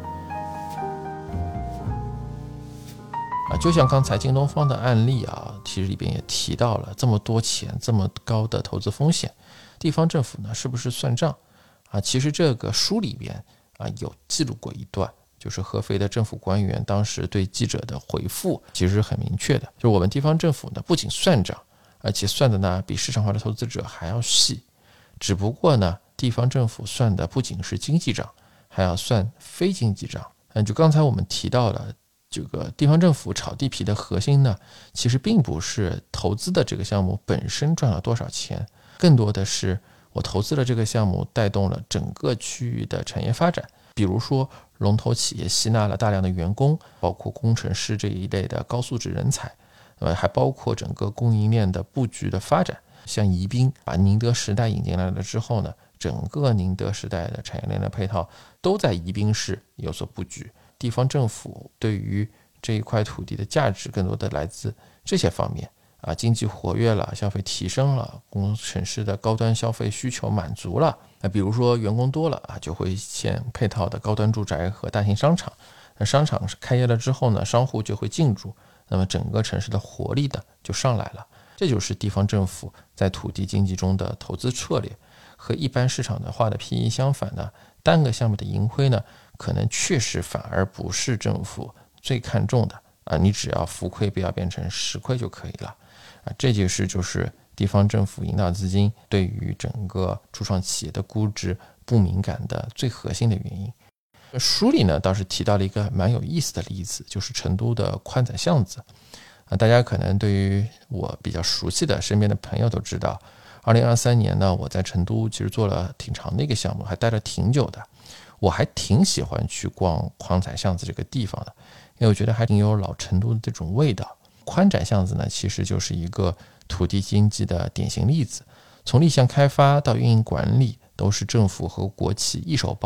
就像刚才京东方的案例其实里边也提到了这么多钱，这么高的投资风险，地方政府呢是不是算账其实这个书里边有记录过一段，就是合肥的政府官员当时对记者的回复其实很明确的，就是我们地方政府呢不仅算账，而且算的呢比市场化的投资者还要细，只不过呢地方政府算的不仅是经济账，还要算非经济账就刚才我们提到了这个地方政府炒地皮的核心呢，其实并不是投资的这个项目本身赚了多少钱，更多的是我投资了这个项目带动了整个区域的产业发展。比如说龙头企业吸纳了大量的员工，包括工程师这一类的高素质人才，还包括整个供应链的布局的发展。像宜宾把宁德时代引进来了之后呢，整个宁德时代的产业链的配套都在宜宾市有所布局。地方政府对于这一块土地的价值更多的来自这些方面经济活跃了，消费提升了，工程师的高端消费需求满足了比如说员工多了就会建配套的高端住宅和大型商场，那商场开业了之后呢，商户就会进驻，那么整个城市的活力呢就上来了。这就是地方政府在土地经济中的投资策略。和一般市场化的 PE 相反呢，单个项目的盈亏呢，可能确实反而不是政府最看重的你只要浮亏不要变成实亏就可以了这就是地方政府引导资金对于整个初创企业的估值不敏感的最核心的原因。书里呢倒是提到了一个蛮有意思的例子，就是成都的宽窄巷子大家可能对于我比较熟悉的身边的朋友都知道，2023年呢，我在成都其实做了挺长的一个项目，还待了挺久的。我还挺喜欢去逛宽窄巷子这个地方的，因为我觉得还挺有老成都的这种味道。宽窄巷子呢，其实就是一个土地经济的典型例子，从立项开发到运营管理都是政府和国企一手包办。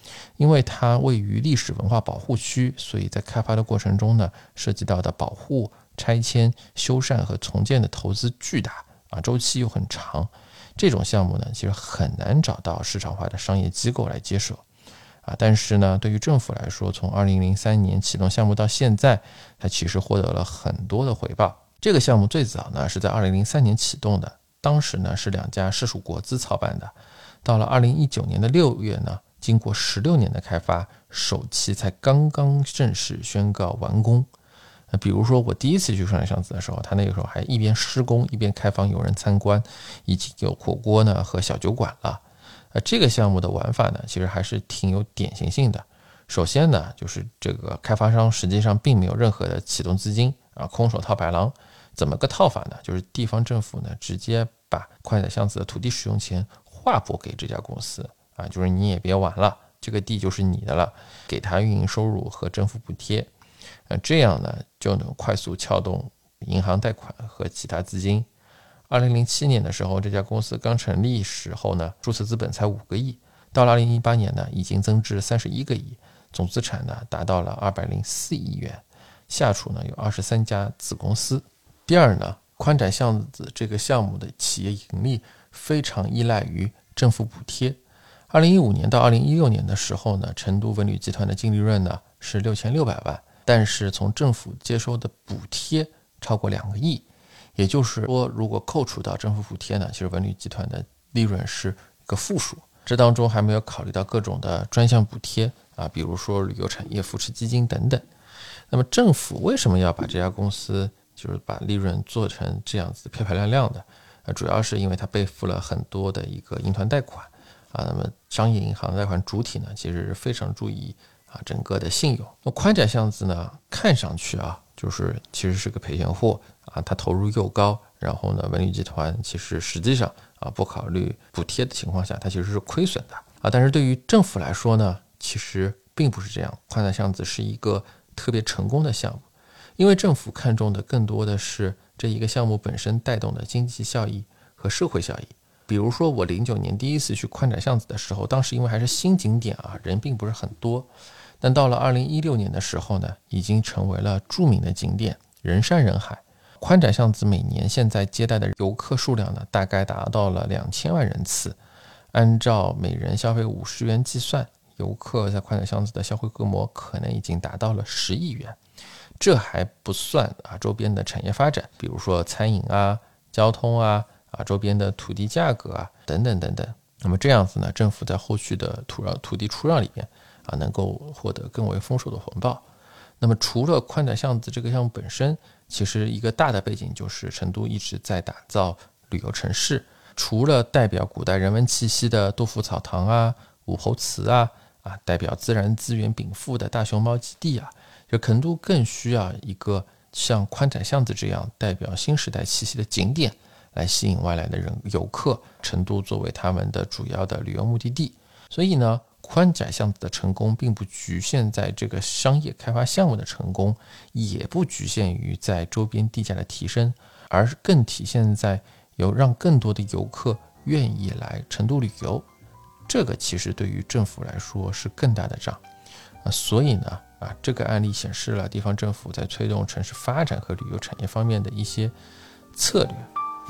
因为它位于历史文化保护区，所以在开发的过程中呢，涉及到的保护、拆迁、修缮和重建的投资巨大周期又很长。这种项目呢，其实很难找到市场化的商业机构来接手但是呢，对于政府来说，从2003年启动项目到现在，它其实获得了很多的回报。这个项目最早呢是在2003年启动的，当时呢是2家市属国资操办的。到了2019年的6月呢，经过16年的开发，首期才刚刚正式宣告完工。比如说我第一次去上海巷子的时候，它那个时候还一边施工一边开放有人参观，已经有火锅呢和小酒馆了。这个项目的玩法呢，其实还是挺有典型性的。首先呢，就是这个开发商实际上并没有任何的启动资金空手套白狼。怎么个套法呢？就是地方政府呢直接把宽窄巷子的土地使用权划拨给这家公司就是你也别玩了，这个地就是你的了，给他运营收入和政府补贴这样呢就能快速撬动银行贷款和其他资金。2007年的时候，这家公司刚成立时候呢，注册资本才5个亿，到了2018年呢，已经增至31个亿，总资产呢达到了204亿元，下属呢有23家子公司。第二呢，宽窄巷子这个项目的企业盈利非常依赖于政府补贴。2015年到2016年的时候呢，成都文旅集团的净利润呢是6600万，但是从政府接收的补贴超过2个亿，也就是说，如果扣除到政府补贴呢，其实文旅集团的利润是一个负数。这当中还没有考虑到各种的专项补贴比如说旅游产业扶持基金等等。那么政府为什么要把这家公司就是把利润做成这样子漂漂亮亮的主要是因为它背负了很多的一个银团贷款那么商业银行贷款主体呢，其实非常注意整个的信用。那宽窄巷子呢，看上去就是其实是个赔钱货它投入又高，然后呢，文旅集团其实实际上不考虑补贴的情况下，它其实是亏损的但是对于政府来说呢，其实并不是这样。宽窄巷子是一个特别成功的项目，因为政府看重的更多的是这一个项目本身带动的经济效益和社会效益。比如说我09年第一次去宽窄巷子的时候，当时因为还是新景点人并不是很多，但到了2016年的时候呢，已经成为了著名的景点，人山人海。宽窄巷子每年现在接待的游客数量呢，大概达到了2000万人次，按照每人消费50元计算，游客在宽窄巷子的消费规模可能已经达到了10亿元。这还不算周边的产业发展，比如说餐饮交通周边的土地价格等等等等。那么这样子呢，政府在后续的土地出让里面能够获得更为丰硕的回报。那么除了宽窄巷子这个项目本身，其实一个大的背景就是成都一直在打造旅游城市。除了代表古代人文气息的杜甫草堂武侯祠代表自然资源禀赋的大熊猫基地就成都更需要一个像宽窄巷子这样代表新时代气息的景点来吸引外来的游客，成都作为他们的主要的旅游目的地。所以呢，宽窄巷子的成功并不局限在这个商业开发项目的成功，也不局限于在周边地价的提升，而更体现在有让更多的游客愿意来成都旅游。这个其实对于政府来说是更大的账所以呢这个案例显示了地方政府在推动城市发展和旅游产业方面的一些策略。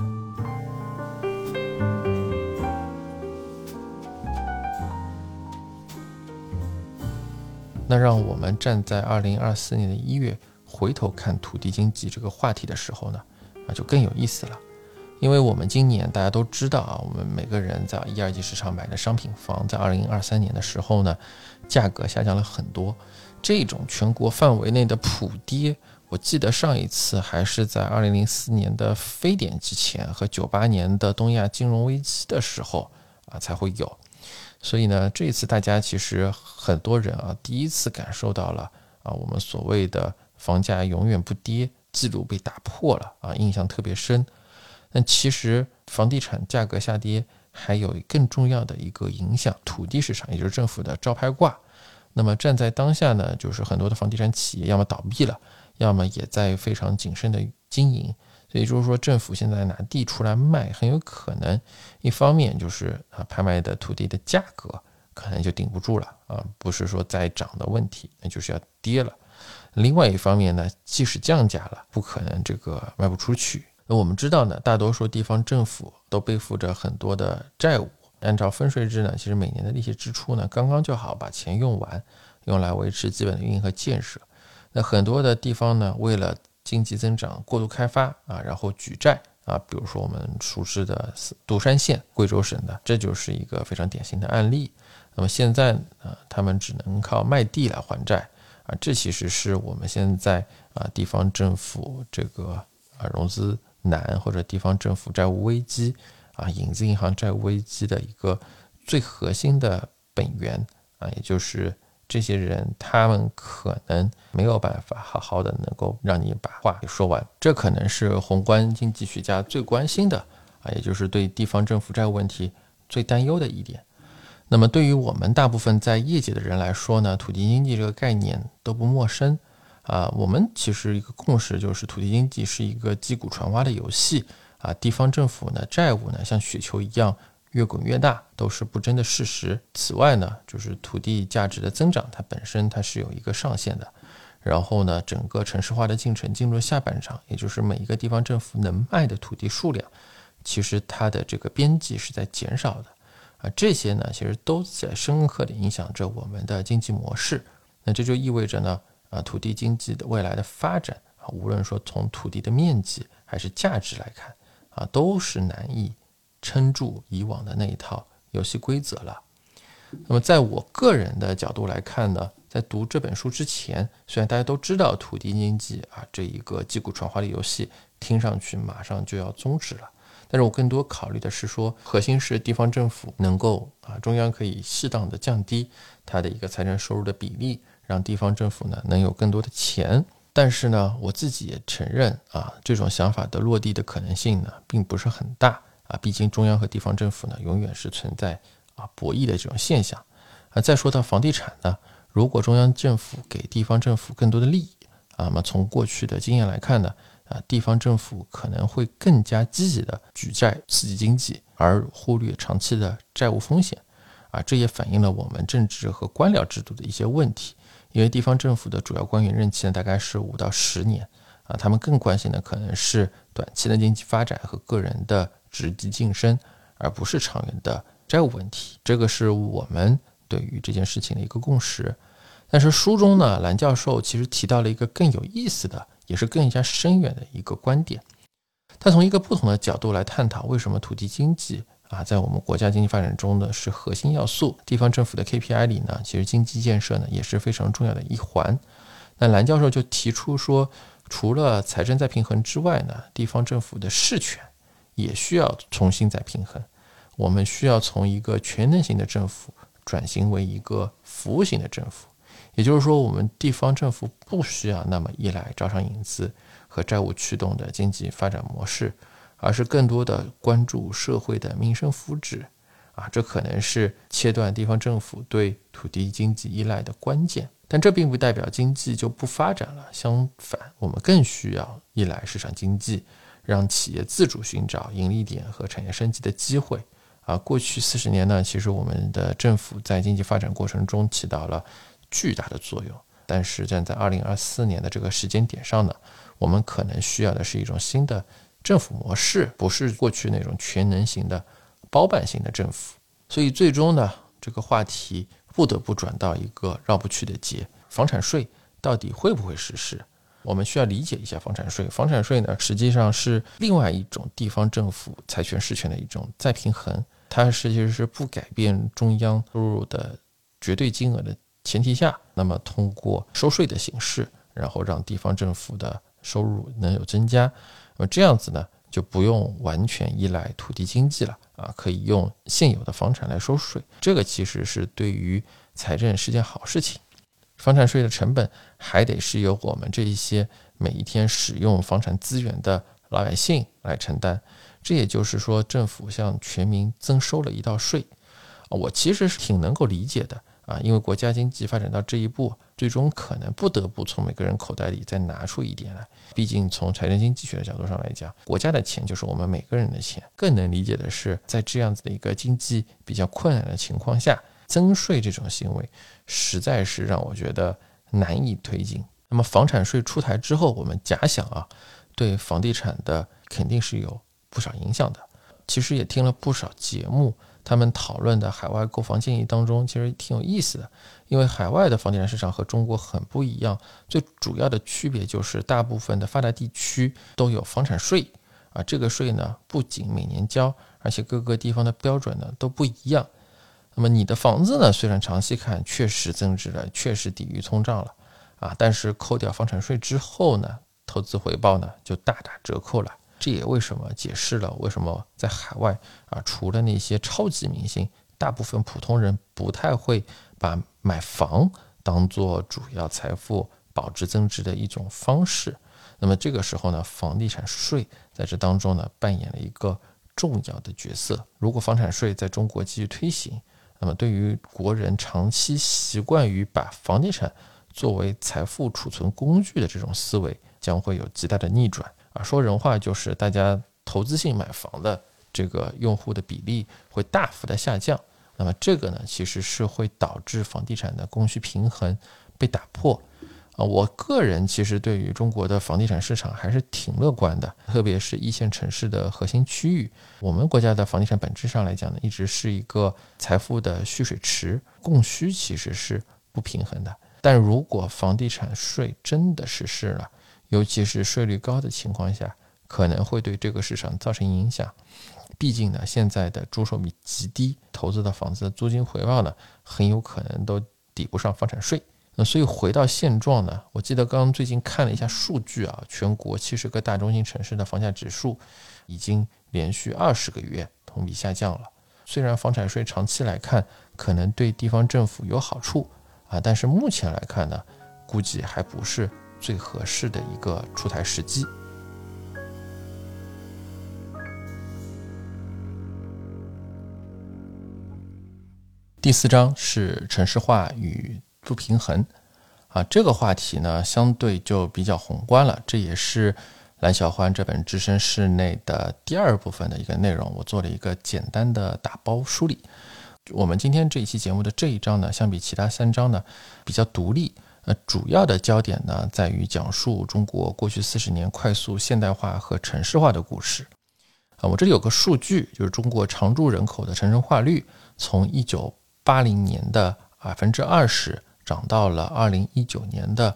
那让我们站在2024年的1月回头看土地经济这个话题的时候呢就更有意思了。因为我们今年大家都知道我们每个人在1、2级市场买的商品房在2023年的时候呢，价格下降了很多。这种全国范围内的普跌，我记得上一次还是在2004年的非典之前和98年的东亚金融危机的时候才会有。所以呢，这一次大家其实很多人第一次感受到了我们所谓的房价永远不跌记录被打破了印象特别深。但其实房地产价格下跌还有更重要的一个影响，土地市场，也就是政府的招牌挂。那么站在当下呢，就是很多的房地产企业要么倒闭了，要么也在非常谨慎的经营。所以就是说政府现在拿地出来卖，很有可能一方面就是拍卖的土地的价格可能就顶不住了啊，不是说再涨的问题，那就是要跌了。另外一方面呢，即使降价了，不可能这个卖不出去。那我们知道呢，大多数地方政府都背负着很多的债务，按照分税制呢，其实每年的利息支出呢，刚刚就好把钱用完，用来维持基本的运营和建设。那很多的地方呢，为了经济增长过度开发啊，然后举债啊，比如说我们熟知的独山县，贵州省的，这就是一个非常典型的案例。那么现在他们只能靠卖地来还债啊，这其实是我们现在地方政府这个融资难或者地方政府债务危机影子银行债务危机的一个最核心的本源也就是这些人他们可能没有办法好好的能够让你把话给说完，这可能是宏观经济学家最关心的也就是对地方政府债务问题最担忧的一点。那么对于我们大部分在业界的人来说呢，土地经济这个概念都不陌生我们其实一个共识就是土地经济是一个击鼓传花的游戏地方政府呢债务呢像雪球一样越滚越大，都是不争的事实。此外呢，就是土地价值的增长它本身它是有一个上限的，然后呢整个城市化的进程进入下半场，也就是每一个地方政府能卖的土地数量其实它的这个边际是在减少的这些呢其实都在深刻的影响着我们的经济模式。那这就意味着呢土地经济的未来的发展无论说从土地的面积还是价值来看都是难以撑住以往的那一套游戏规则了。那么在我个人的角度来看呢，在读这本书之前，虽然大家都知道土地经济这一个击鼓传花的游戏听上去马上就要终止了，但是我更多考虑的是说，核心是地方政府能够中央可以适当的降低它的一个财政收入的比例，让地方政府呢能有更多的钱。但是呢，我自己也承认这种想法的落地的可能性呢并不是很大毕竟中央和地方政府呢永远是存在博弈的这种现象再说到房地产呢，如果中央政府给地方政府更多的利益那么从过去的经验来看呢地方政府可能会更加积极的举债刺激经济，而忽略长期的债务风险这也反映了我们政治和官僚制度的一些问题。因为地方政府的主要官员任期呢大概是5到10年他们更关心的可能是短期的经济发展和个人的职级晋升，而不是长远的债务问题。这个是我们对于这件事情的一个共识。但是书中呢，蓝教授其实提到了一个更有意思的也是更加深远的一个观点。他从一个不同的角度来探讨为什么土地经济在我们国家经济发展中呢是核心要素，地方政府的 KPI 里呢其实经济建设呢也是非常重要的一环。那蓝教授就提出说，除了财政再平衡之外呢，地方政府的事权也需要重新再平衡。我们需要从一个全能型的政府转型为一个服务型的政府，也就是说我们地方政府不需要那么依赖招商引资和债务驱动的经济发展模式，而是更多的关注社会的民生福祉这可能是切断地方政府对土地经济依赖的关键。但这并不代表经济就不发展了，相反我们更需要依赖市场经济，让企业自主寻找盈利点和产业升级的机会过去40年呢，其实我们的政府在经济发展过程中起到了巨大的作用，但是站在2024年的这个时间点上呢，我们可能需要的是一种新的政府模式，不是过去那种全能型的包办型的政府。所以最终呢，这个话题不得不转到一个绕不去的结，房产税到底会不会实施？我们需要理解一下房产税。房产税呢，实际上是另外一种地方政府财权事权的一种再平衡，它实际是不改变中央收入的绝对金额的前提下，那么通过收税的形式，然后让地方政府的收入能有增加。这样子呢，就不用完全依赖土地经济了可以用现有的房产来收税，这个其实是对于财政是件好事情。房产税的成本还得是由我们这一些每一天使用房产资源的老百姓来承担，这也就是说政府向全民增收了一道税我其实是挺能够理解的因为国家经济发展到这一步，最终可能不得不从每个人口袋里再拿出一点来。毕竟从财政经济学的角度上来讲，国家的钱就是我们每个人的钱。更能理解的是，在这样子的一个经济比较困难的情况下， 增税这种行为实在是让我觉得难以推进。那么房产税出台之后，我们假想啊，对房地产的肯定是有不少影响的。其实也听了不少节目，他们讨论的海外购房建议当中其实挺有意思的。因为海外的房地产市场和中国很不一样，最主要的区别就是大部分的发达地区都有房产税啊，这个税呢不仅每年交，而且各个地方的标准呢都不一样。那么你的房子呢，虽然长期看确实增值了，确实抵御通胀了啊，但是扣掉房产税之后呢，投资回报呢就大打折扣了。这也为什么解释了为什么在海外啊，除了那些超级明星，大部分普通人不太会把买房当做主要财富保值增值的一种方式。那么这个时候呢，房地产税在这当中呢扮演了一个重要的角色。如果房产税在中国继续推行，那么对于国人长期习惯于把房地产作为财富储存工具的这种思维，将会有极大的逆转啊。说人话就是大家投资性买房的这个用户的比例会大幅的下降。那么这个呢，其实是会导致房地产的供需平衡被打破啊。我个人其实对于中国的房地产市场还是挺乐观的，特别是一线城市的核心区域。我们国家的房地产本质上来讲呢，一直是一个财富的蓄水池，供需其实是不平衡的。但如果房地产税真的实施了，尤其是税率高的情况下，可能会对这个市场造成影响。毕竟呢，现在的租售比极低，投资的房子的租金回报呢，很有可能都抵不上房产税。那所以回到现状呢，我记得刚刚最近看了一下数据啊，全国70个大中心城市的房价指数已经连续20个月同比下降了。虽然房产税长期来看可能对地方政府有好处啊，但是目前来看呢，估计还不是最合适的一个出台时机。第4章是城市化与不平衡啊，这个话题呢相对就比较宏观了，这也是蓝小欢这本《置身事内》的第2部分的一个内容，我做了一个简单的打包梳理。我们今天这一期节目的这一章呢，相比其他3章呢比较独立，主要的焦点呢在于讲述中国过去40年快速现代化和城市化的故事。我这里有个数据，就是中国常住人口的城镇化率从1980年的20%涨到了2019年的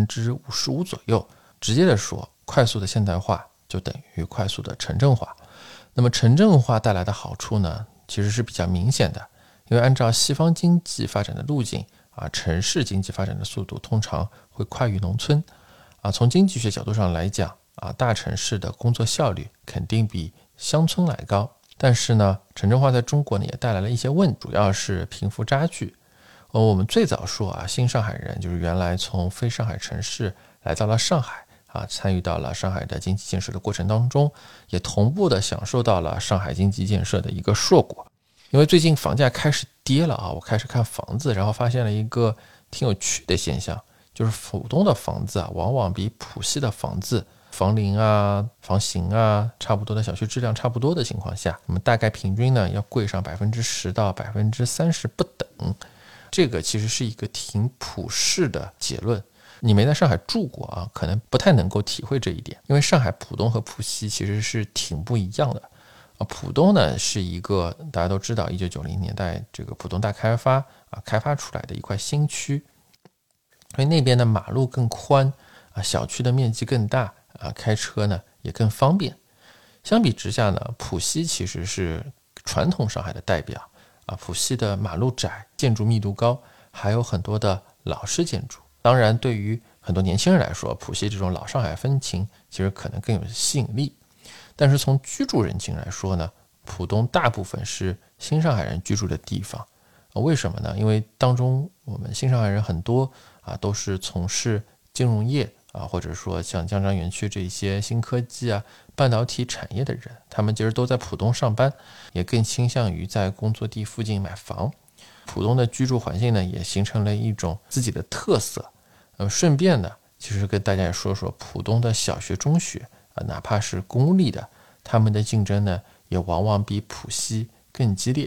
55%左右。直接的说，快速的现代化就等于快速的城镇化。那么城镇化带来的好处呢，其实是比较明显的，因为按照西方经济发展的路径啊，城市经济发展的速度通常会快于农村啊。从经济学角度上来讲啊，大城市的工作效率肯定比乡村来高。但是呢，城镇化在中国呢也带来了一些问题，主要是贫富差距。我们最早说啊，新上海人就是原来从非上海城市来到了上海啊，参与到了上海的经济建设的过程当中，也同步的享受到了上海经济建设的一个硕果。因为最近房价开始跌了啊，我开始看房子，然后发现了一个挺有趣的现象，就是浦东的房子啊，往往比浦西的房子房龄啊、房型啊差不多的，小区质量差不多的情况下，那么大概平均呢要贵上10%到30%不等。这个其实是一个挺普世的结论，你没在上海住过啊，可能不太能够体会这一点。因为上海浦东和浦西其实是挺不一样的啊。浦东呢是一个大家都知道1990年代这个浦东大开发啊开发出来的一块新区，所以那边的马路更宽啊，小区的面积更大啊，开车呢也更方便。相比之下呢，浦西其实是传统上海的代表啊，浦西的马路窄，建筑密度高，还有很多的老式建筑。当然，对于很多年轻人来说，浦西这种老上海风情其实可能更有吸引力。但是从居住人群来说呢，浦东大部分是新上海人居住的地方。为什么呢？因为当中我们新上海人很多啊，都是从事金融业啊，或者说像江张园区这些新科技啊、半导体产业的人，他们其实都在浦东上班，也更倾向于在工作地附近买房。浦东的居住环境呢，也形成了一种自己的特色。顺便呢，其实跟大家也说说浦东的小学、中学啊，哪怕是公立的，他们的竞争呢，也往往比浦西更激烈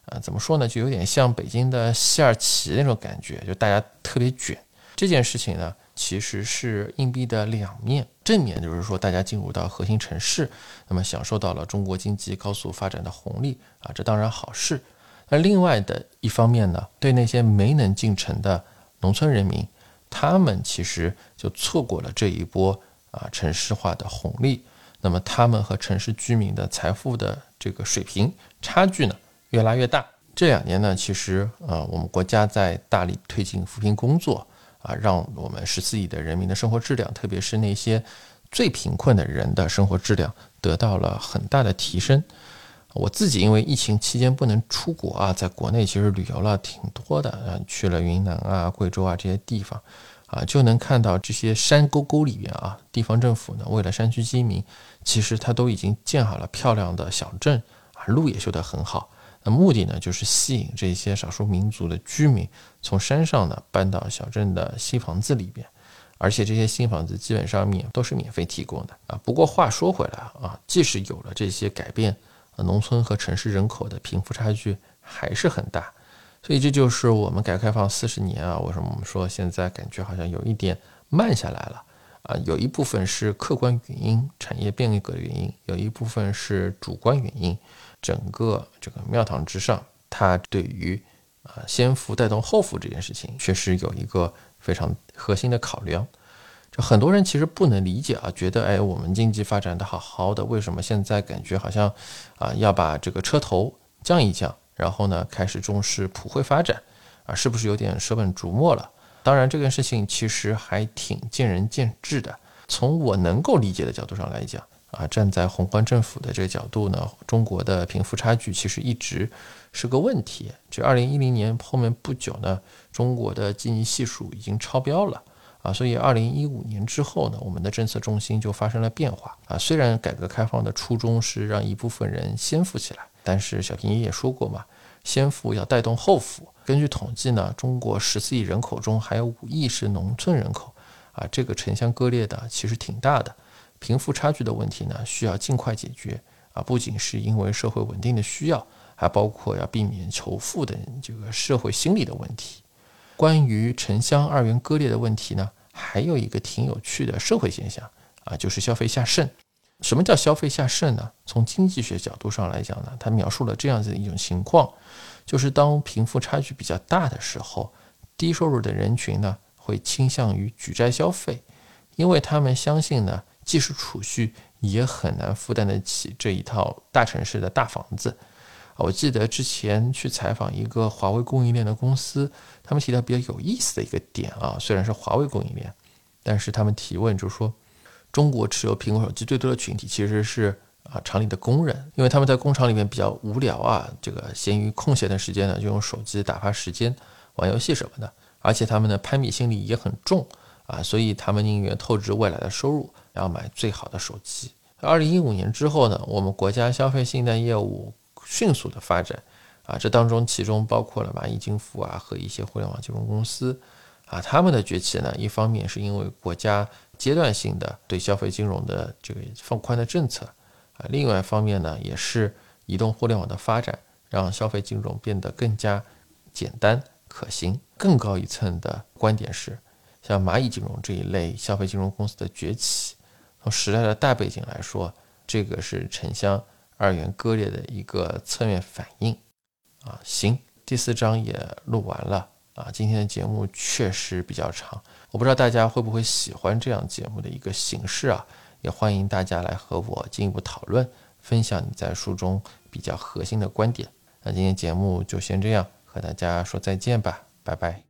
怎么说呢，就有点像北京的西二旗那种感觉，就大家特别卷。这件事情呢，其实是硬币的两面，正面就是说大家进入到核心城市，那么享受到了中国经济高速发展的红利这当然好事。那另外的一方面呢，对那些没能进城的农村人民，他们其实就错过了这一波城市化的红利，那么他们和城市居民的财富的这个水平差距呢越拉越大。这2年呢，其实我们国家在大力推进扶贫工作让我们14亿的人民的生活质量，特别是那些最贫困的人的生活质量得到了很大的提升。我自己因为疫情期间不能出国在国内其实旅游了挺多的去了云南贵州这些地方就能看到这些山沟沟里边地方政府呢为了山区居民，其实它都已经建好了漂亮的小镇路也修得很好。那目的呢，就是吸引这些少数民族的居民从山上呢搬到小镇的新房子里边，而且这些新房子基本上都是免费提供的不过话说回来即使有了这些改变，农村和城市人口的贫富差距还是很大。所以这就是我们改革开放40年为什么我们说现在感觉好像有一点慢下来了有一部分是客观原因，产业变革的原因，有一部分是主观原因。整个这个庙堂之上，它对于先富带动后富这件事情确实有一个非常核心的考量。这很多人其实不能理解觉得我们经济发展的好好的，为什么现在感觉好像要把这个车头降一降，然后呢开始重视普惠发展是不是有点舍本逐末了？当然这件事情其实还挺见仁见智的。从我能够理解的角度上来讲站在宏观政府的这个角度呢，中国的贫富差距其实一直是个问题。这2010年后面不久呢，中国的基尼系数已经超标了所以2015年之后呢，我们的政策重心就发生了变化虽然改革开放的初衷是让一部分人先富起来，但是小平也说过嘛，先富要带动后富。根据统计呢，中国14亿人口中还有5亿是农村人口这个城乡割裂的其实挺大的。贫富差距的问题呢，需要尽快解决不仅是因为社会稳定的需要，还包括要避免仇富的这个社会心理的问题。关于城乡二元割裂的问题呢，还有一个挺有趣的社会现象就是消费下渗。什么叫消费下渗呢？从经济学角度上来讲呢，它描述了这样子的一种情况，就是当贫富差距比较大的时候，低收入的人群呢会倾向于举债消费，因为他们相信呢，即使储蓄也很难负担得起这一套大城市的大房子。我记得之前去采访一个华为供应链的公司，他们提到比较有意思的一个点虽然是华为供应链，但是他们提问就是说，中国持有苹果手机最多的群体其实是厂里的工人，因为他们在工厂里面比较无聊这个闲余空闲的时间呢，就用手机打发时间，玩游戏什么的，而且他们的攀比心理也很重所以他们宁愿透支未来的收入，要买最好的手机。2015年之后呢，我们国家消费信贷业务迅速的发展这当中其中包括了蚂蚁金服和一些互联网金融公司他们的崛起呢，一方面是因为国家阶段性的对消费金融的这个放宽的政策另外一方面呢，也是移动互联网的发展，让消费金融变得更加简单可行。更高一层的观点是，像蚂蚁金融这一类消费金融公司的崛起，从时代的大背景来说，这个是城乡二元割裂的一个侧面反应行，第4章也录完了今天的节目确实比较长，我不知道大家会不会喜欢这样节目的一个形式也欢迎大家来和我进一步讨论，分享你在书中比较核心的观点。那今天节目就先这样，和大家说再见吧，拜拜。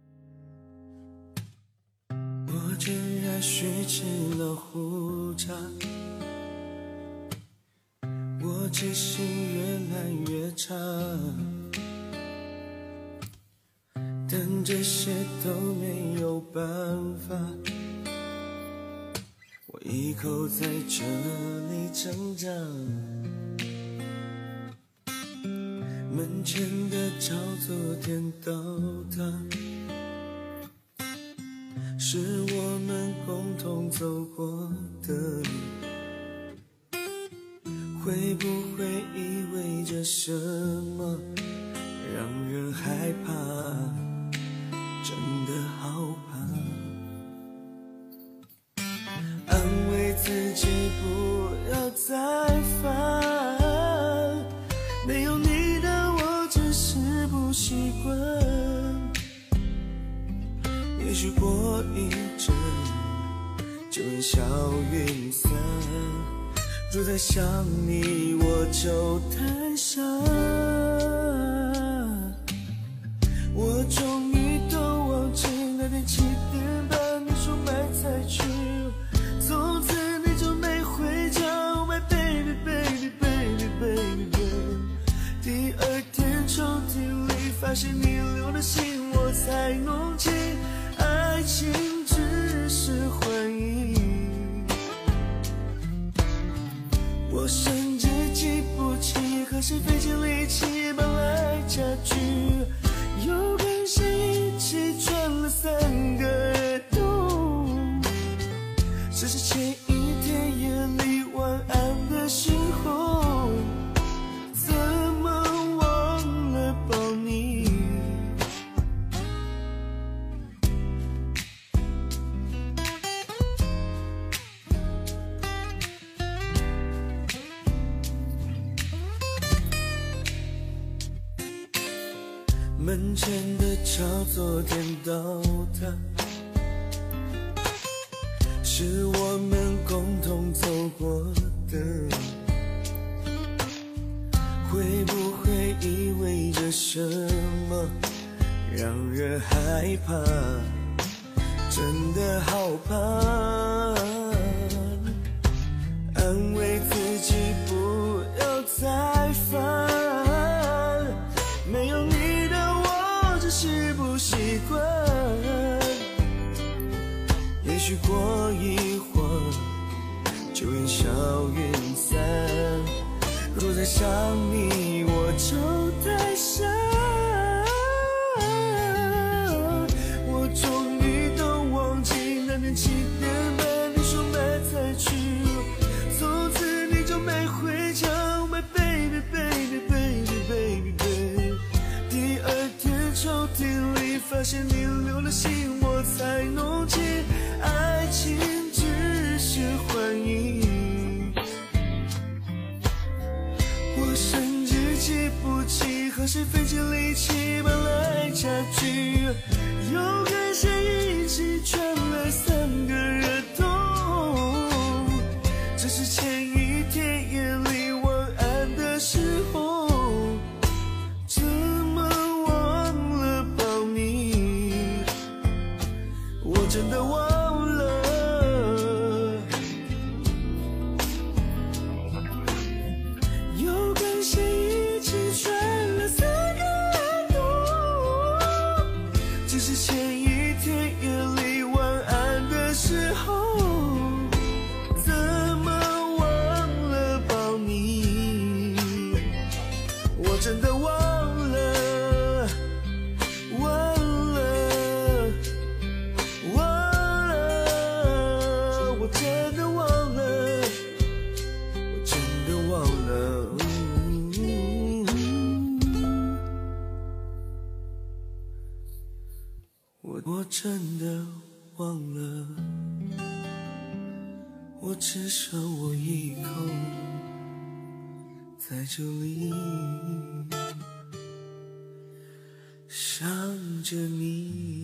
我竟然虚掷了胡渣，我记性越来越差，但这些都没有办法，我一口在这里挣扎，门前的叫做天道塔，是我们共同走过的路，会不会意味着什么？ 害怕，真的好怕。安慰自己不要再烦，没有你的我只是不习惯。也许过一阵就烟消云散，若再想你我就太傻。我终于都忘记那天7点半你说买菜去，从此你就没回家。Oh my baby baby baby baby baby， 第二天抽屉里发现你留的信，我才弄清爱情只是幻影。我甚至记不起和谁费尽力气搬来家具，又跟谁一起穿了3个耳洞。只是前一天夜里晚安的时候，怎么忘了抱你。门前的桥昨天倒塌，是我们共同走过的，会不会意味着什么，让人害怕，真的好怕。安慰自己不要再烦，没有你的我只是不习惯。也许过一会儿就烟消云散，若再想你我就太傻。我终于都忘记那天7点半你说买菜去，从此你就没回家。Oh my baby baby baby baby baby， 第二天抽屉里发现你留了信，我才弄清爱情只是幻影。我甚至记不起和谁费尽力气搬来家具，又跟谁一起穿了3个热洞。只是前一天夜里晚安的时候，怎么忘了抱你。我真的忘了，又跟谁一起穿了3个耳洞。只是前一天夜里晚安的时候，怎么忘了抱你。我真的忘了，忘了，忘了，我真的忘了，我真的忘了。我真的忘了，我只剩我一口在这里想着你。